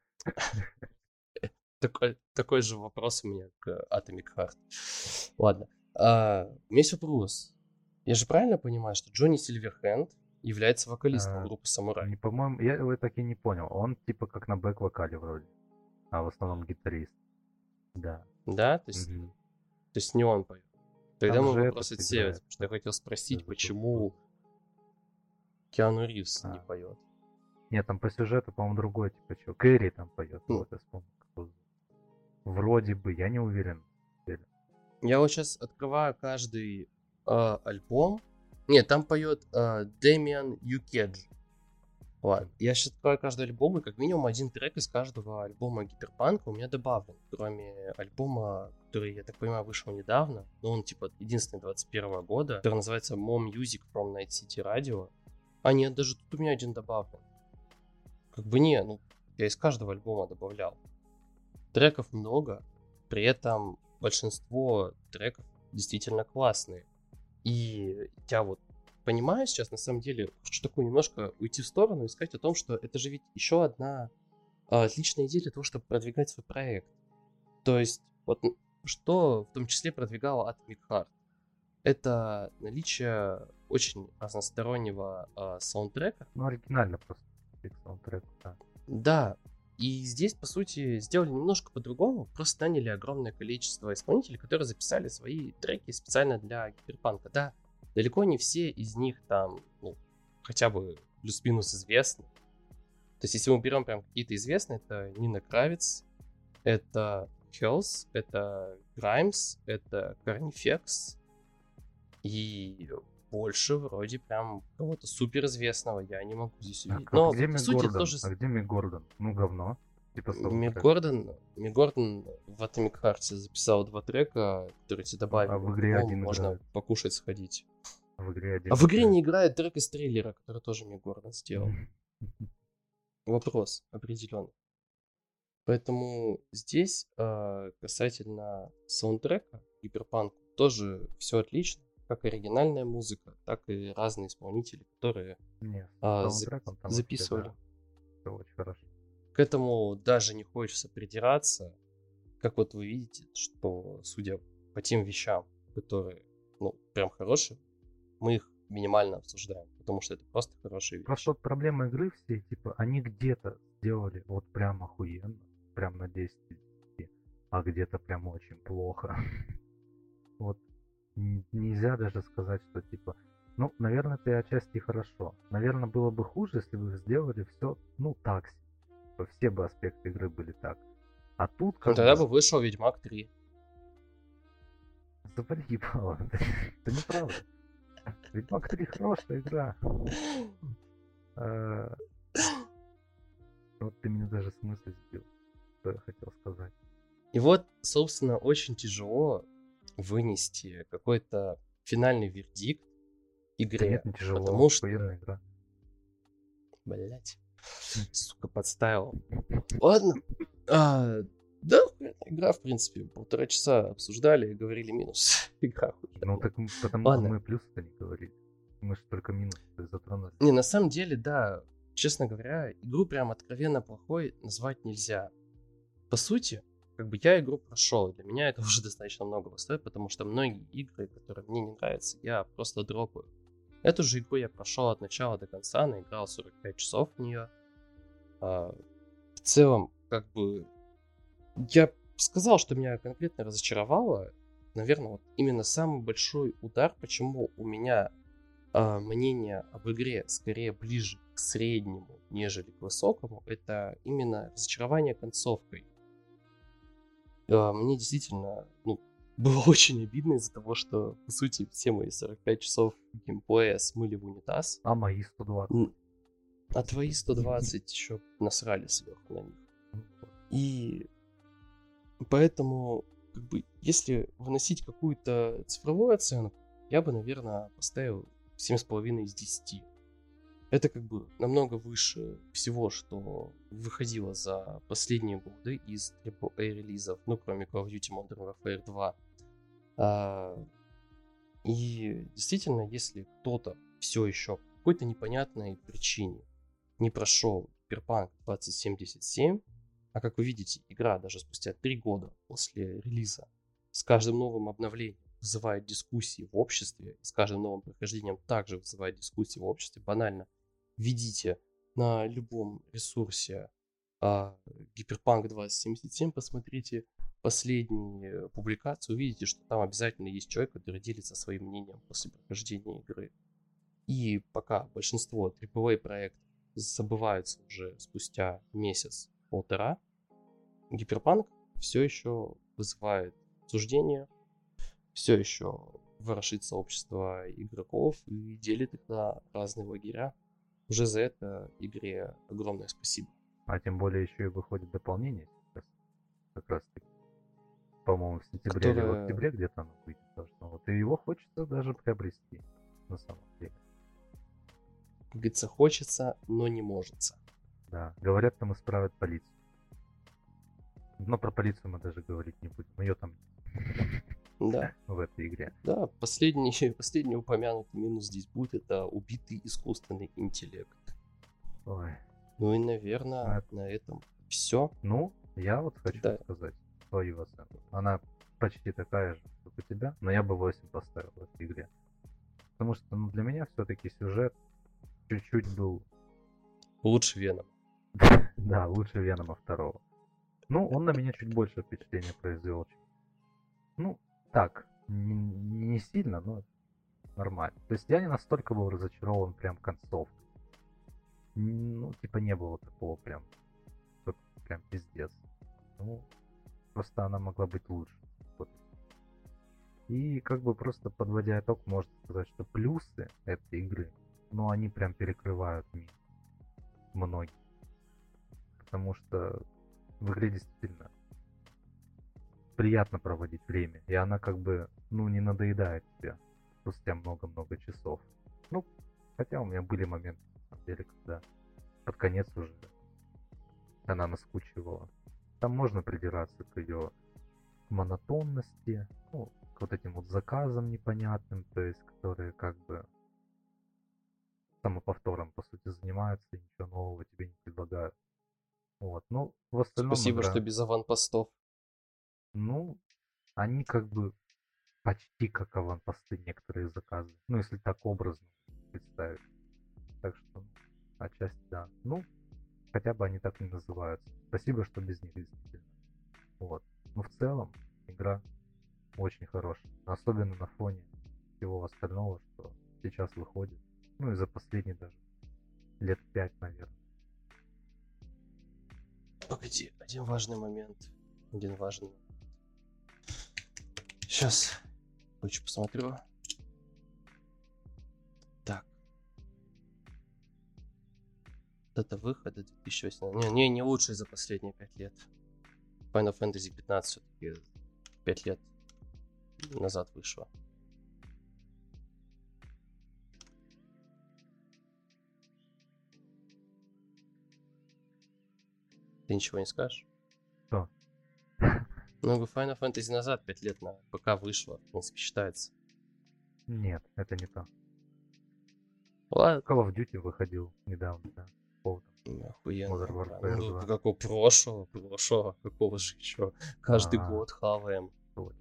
Такой, такой же вопрос у меня к Atomic Heart. Ладно. А, у меня есть вопрос. Я же правильно понимаю, что Джонни Сильверхенд является вокалистом А, группы Самурай? Не, по-моему, я его так и не понял. Он типа как на бэк-вокале вроде. А в основном гитарист. Да. Да? То есть, Мгм. то есть не он поет. Тогда Там мой же вопрос этот отсеивается, играет. потому что я хотел спросить, Забыл, почему Киану Ривз не А. поет. Нет, там по сюжету, по-моему, другой типа чё. Кэрри там поет. Хм. Вот, я вспомнил. как его зовут. Вроде бы, я не уверен. Я вот сейчас открываю каждый а, альбом. Нет, там поет а, Дэмиан Юкедж. Ладно, я сейчас открываю каждый альбом, и как минимум один трек из каждого альбома Гиперпанка у меня добавлен. Кроме альбома, который, я так понимаю, вышел недавно, но он типа единственный двадцать первого года, который называется More Music from Night City Radio. А нет, даже тут у меня один добавлен. Как бы не, ну, я из каждого альбома добавлял. Треков много, при этом большинство треков действительно классные. И я вот понимаю сейчас, на самом деле, хочу такую немножко уйти в сторону и сказать о том, что это же ведь еще одна а, отличная идея для того, чтобы продвигать свой проект. То есть, вот н- что в том числе продвигало Atomic Heart? Это наличие очень разностороннего а, саундтрека. Ну, оригинально просто. Их саундтрек, да. Да, и здесь, по сути, сделали немножко по-другому. Просто наняли огромное количество исполнителей, которые записали свои треки специально для гиперпанка. Да, далеко не все из них там, ну, хотя бы плюс-минус известны. То есть, если мы берем прям какие-то известные, это Нина Кравец, это Hills, это Grimes, это Carnifex, и больше вроде прям кого-то суперизвестного я не могу здесь А, увидеть. как- Но, где по Мик сути, это Гордон? тоже... А где Мик Гордон? Ну, говно. Типа Мик саундтрек. Гордон, Мик Гордон в Atomic Heart записал два трека, которые тебе добавили. А в игре альбом, один можно играет. покушать, сходить. В игре один А в игре играет. не играет трек из трейлера, который тоже Мик Гордон сделал. Вопрос определенный. Поэтому здесь э, касательно саундтрека Гиперпанк тоже все отлично. как оригинальная музыка, так и разные исполнители, которые Не, с а, зап- саундтреком там вообще, записывали. да, все очень хорошо. К этому даже не хочется придираться. Как вот вы видите, что судя по тем вещам, которые, ну, прям хорошие, мы их минимально обсуждаем, потому что это просто хорошие Просто вещи. вот проблема игры все, типа, они где-то сделали вот прям охуенно, прям на десять из десяти, а где-то прям очень плохо. Вот н- нельзя даже сказать, что типа, ну, наверное, это и отчасти хорошо. Наверное, было бы хуже, если бы сделали все, ну, так себе. Типа, все бы аспекты игры были так. А тут Ну, как тогда бы бы вышел Ведьмак три. завали ебало. Это неправда. Ведьмак три хорошая игра. Э, Вот ты меня даже с мысли сбил, что я хотел сказать. И вот, собственно, очень тяжело вынести какой-то финальный вердикт Да игре, нет, не тяжело, потому что, охуенная игра. блять, сука, подставил. Ладно. А, да, охуенная игра, в принципе, полтора часа обсуждали и говорили минус. Игра Ну охуенная. так м- потому что Ладно. мы плюсы-то не говорили. Мы же только минусы затронули. Не, на самом деле, да, честно говоря, игру прям откровенно плохой назвать нельзя. По сути, как бы я игру прошел, и для меня это уже достаточно многого стоит, потому что многие игры, которые мне не нравятся, я просто дропаю. Эту же игру я прошел от начала до конца, наиграл сорок пять часов в нее. А, в целом, как бы, я сказал, что меня конкретно разочаровало. Наверное, вот именно самый большой удар, почему у меня а, мнение об игре скорее ближе к среднему, нежели к высокому, это именно разочарование концовкой. А, Мне действительно, ну, было очень обидно из-за того, что, по сути, все мои сорок пять часов геймплея смыли в унитаз, А мои сто двадцать. Н- а твои сто двадцать еще насрали сверху на них. И поэтому, как бы, если выносить какую-то цифровую оценку, я бы, наверное, поставил семь с половиной из десяти. Это как бы намного выше всего, что выходило за последние годы из трипл эй релизов, ну, кроме Call of Duty Modern Warfare два. А, и действительно, если кто-то все еще по какой-то непонятной причине не прошел Cyberpunk двадцать семьдесят семь, а как вы видите, игра даже спустя три года после релиза с каждым новым обновлением вызывает дискуссии в обществе, и с каждым новым прохождением также вызывает дискуссии в обществе. Банально введите на любом ресурсе а, Cyberpunk двадцать семьдесят семь, посмотрите последнюю публикацию, увидите, что там обязательно есть человек, который делится своим мнением после прохождения игры. И пока большинство трипл эй проектов забываются уже спустя месяц-полтора, Гиперпанк все еще вызывает обсуждение, все еще ворошит сообщество игроков и делит их на разные лагеря. Уже за это игре огромное спасибо. А тем более еще и выходит дополнение сейчас. Как раз таки. По-моему, в сентябре или в Которое, октябре где-то оно выйдет должно. Вот и его хочется даже приобрести. На самом деле. как говорится, хочется, но не можется. Да. Говорят, там исправят полицию. Но про полицию мы даже говорить не будем. Ее там Да, в этой игре. да, последний, последний упомянутый минус здесь будет, это убитый искусственный интеллект. Ой. Ну и, наверное, А- на этом все. Ну, я вот хочу Да. сказать свою оценку. Она почти такая же, как у тебя, но я бы восемь поставил в этой игре. Потому что, ну, для меня все-таки сюжет чуть-чуть был, Лучше Веном. да, лучше Венома второго. Ну, он на меня чуть больше впечатления произвел. чем- Ну, так, н- не сильно, но нормально. То есть я не настолько был разочарован прям концовкой. Н- Ну, типа не было такого прям, что прям пиздец. Ну, просто она могла быть лучше. Вот. И как бы просто подводя итог, можно сказать, что плюсы этой игры, ну, они прям перекрывают минус многие. Потому что в игре действительно приятно проводить время. И она как бы, ну, не надоедает тебе спустя много-много часов. Ну, хотя у меня были моменты, на самом деле, когда под конец уже она наскучивала. Там можно придираться к ее монотонности. Ну, к вот этим вот заказам непонятным, то есть которые как бы самоповтором, по сути, занимаются и ничего нового тебе не предлагают. Вот. Ну, в остальном Спасибо, что игра, без аванпостов. ну, они как бы почти как аванпосты некоторые заказы. Ну, если так образно представить. Так что, ну, отчасти да. Ну, хотя бы они так не называются. Спасибо, что без них действительно. Вот. Но в целом игра очень хорошая. Особенно на фоне всего остального, что сейчас выходит. Ну и за последние даже лет пять, наверное. Погоди, один важный момент. Один важный момент. Сейчас кое-что посмотрю. Так. Дата выхода две тысячи восемнадцатый. Не, не, не лучший за последние пять лет. Final Fantasy пятнадцать все-таки пять лет назад вышло. Ты ничего не скажешь? Что? Ну, Final Fantasy назад пять лет на ПК вышло. В принципе, считается. Нет, это не то. Ладно. Call of Duty выходил недавно, да. Какого там? Ну, охуенно. Modern Да. Warfare Ну, два. какого прошлого, прошлого, какого же еще. Каждый А, год хаваем. точно.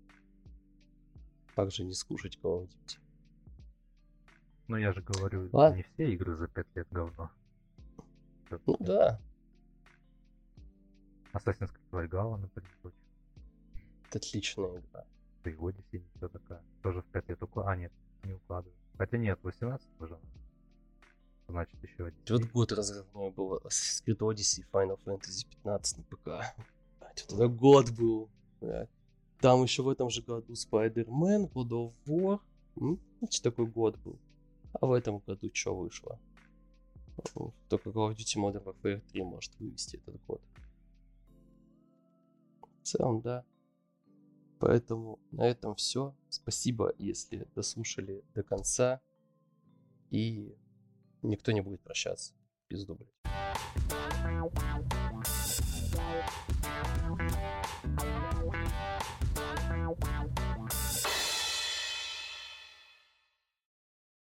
Как же не скушать Call of Duty? Ну я же говорю, Ладно. не все игры за пять лет говно. Ну да, Assassin's Creed Valhalla, например, очень. это отличная игра. Да и Odyssey не все такая. Тоже в пять лет укладывает. А, нет, не укладывает. Хотя нет, восемнадцать уже. Значит, еще один. Вот год разрывной был Assassin's Creed Odyssey, Final Fantasy пятнадцать на ПК. Блядь, вот это год был. Блядь. Там еще в этом же году Spider-Man, God of War. М? Значит, такой год был. А в этом году что вышло? Ну, только Call of Duty Modern Warfare три может вывести этот год. В целом, да. Поэтому на этом все. Спасибо, если дослушали до конца. И никто не будет прощаться. Пизду, блядь.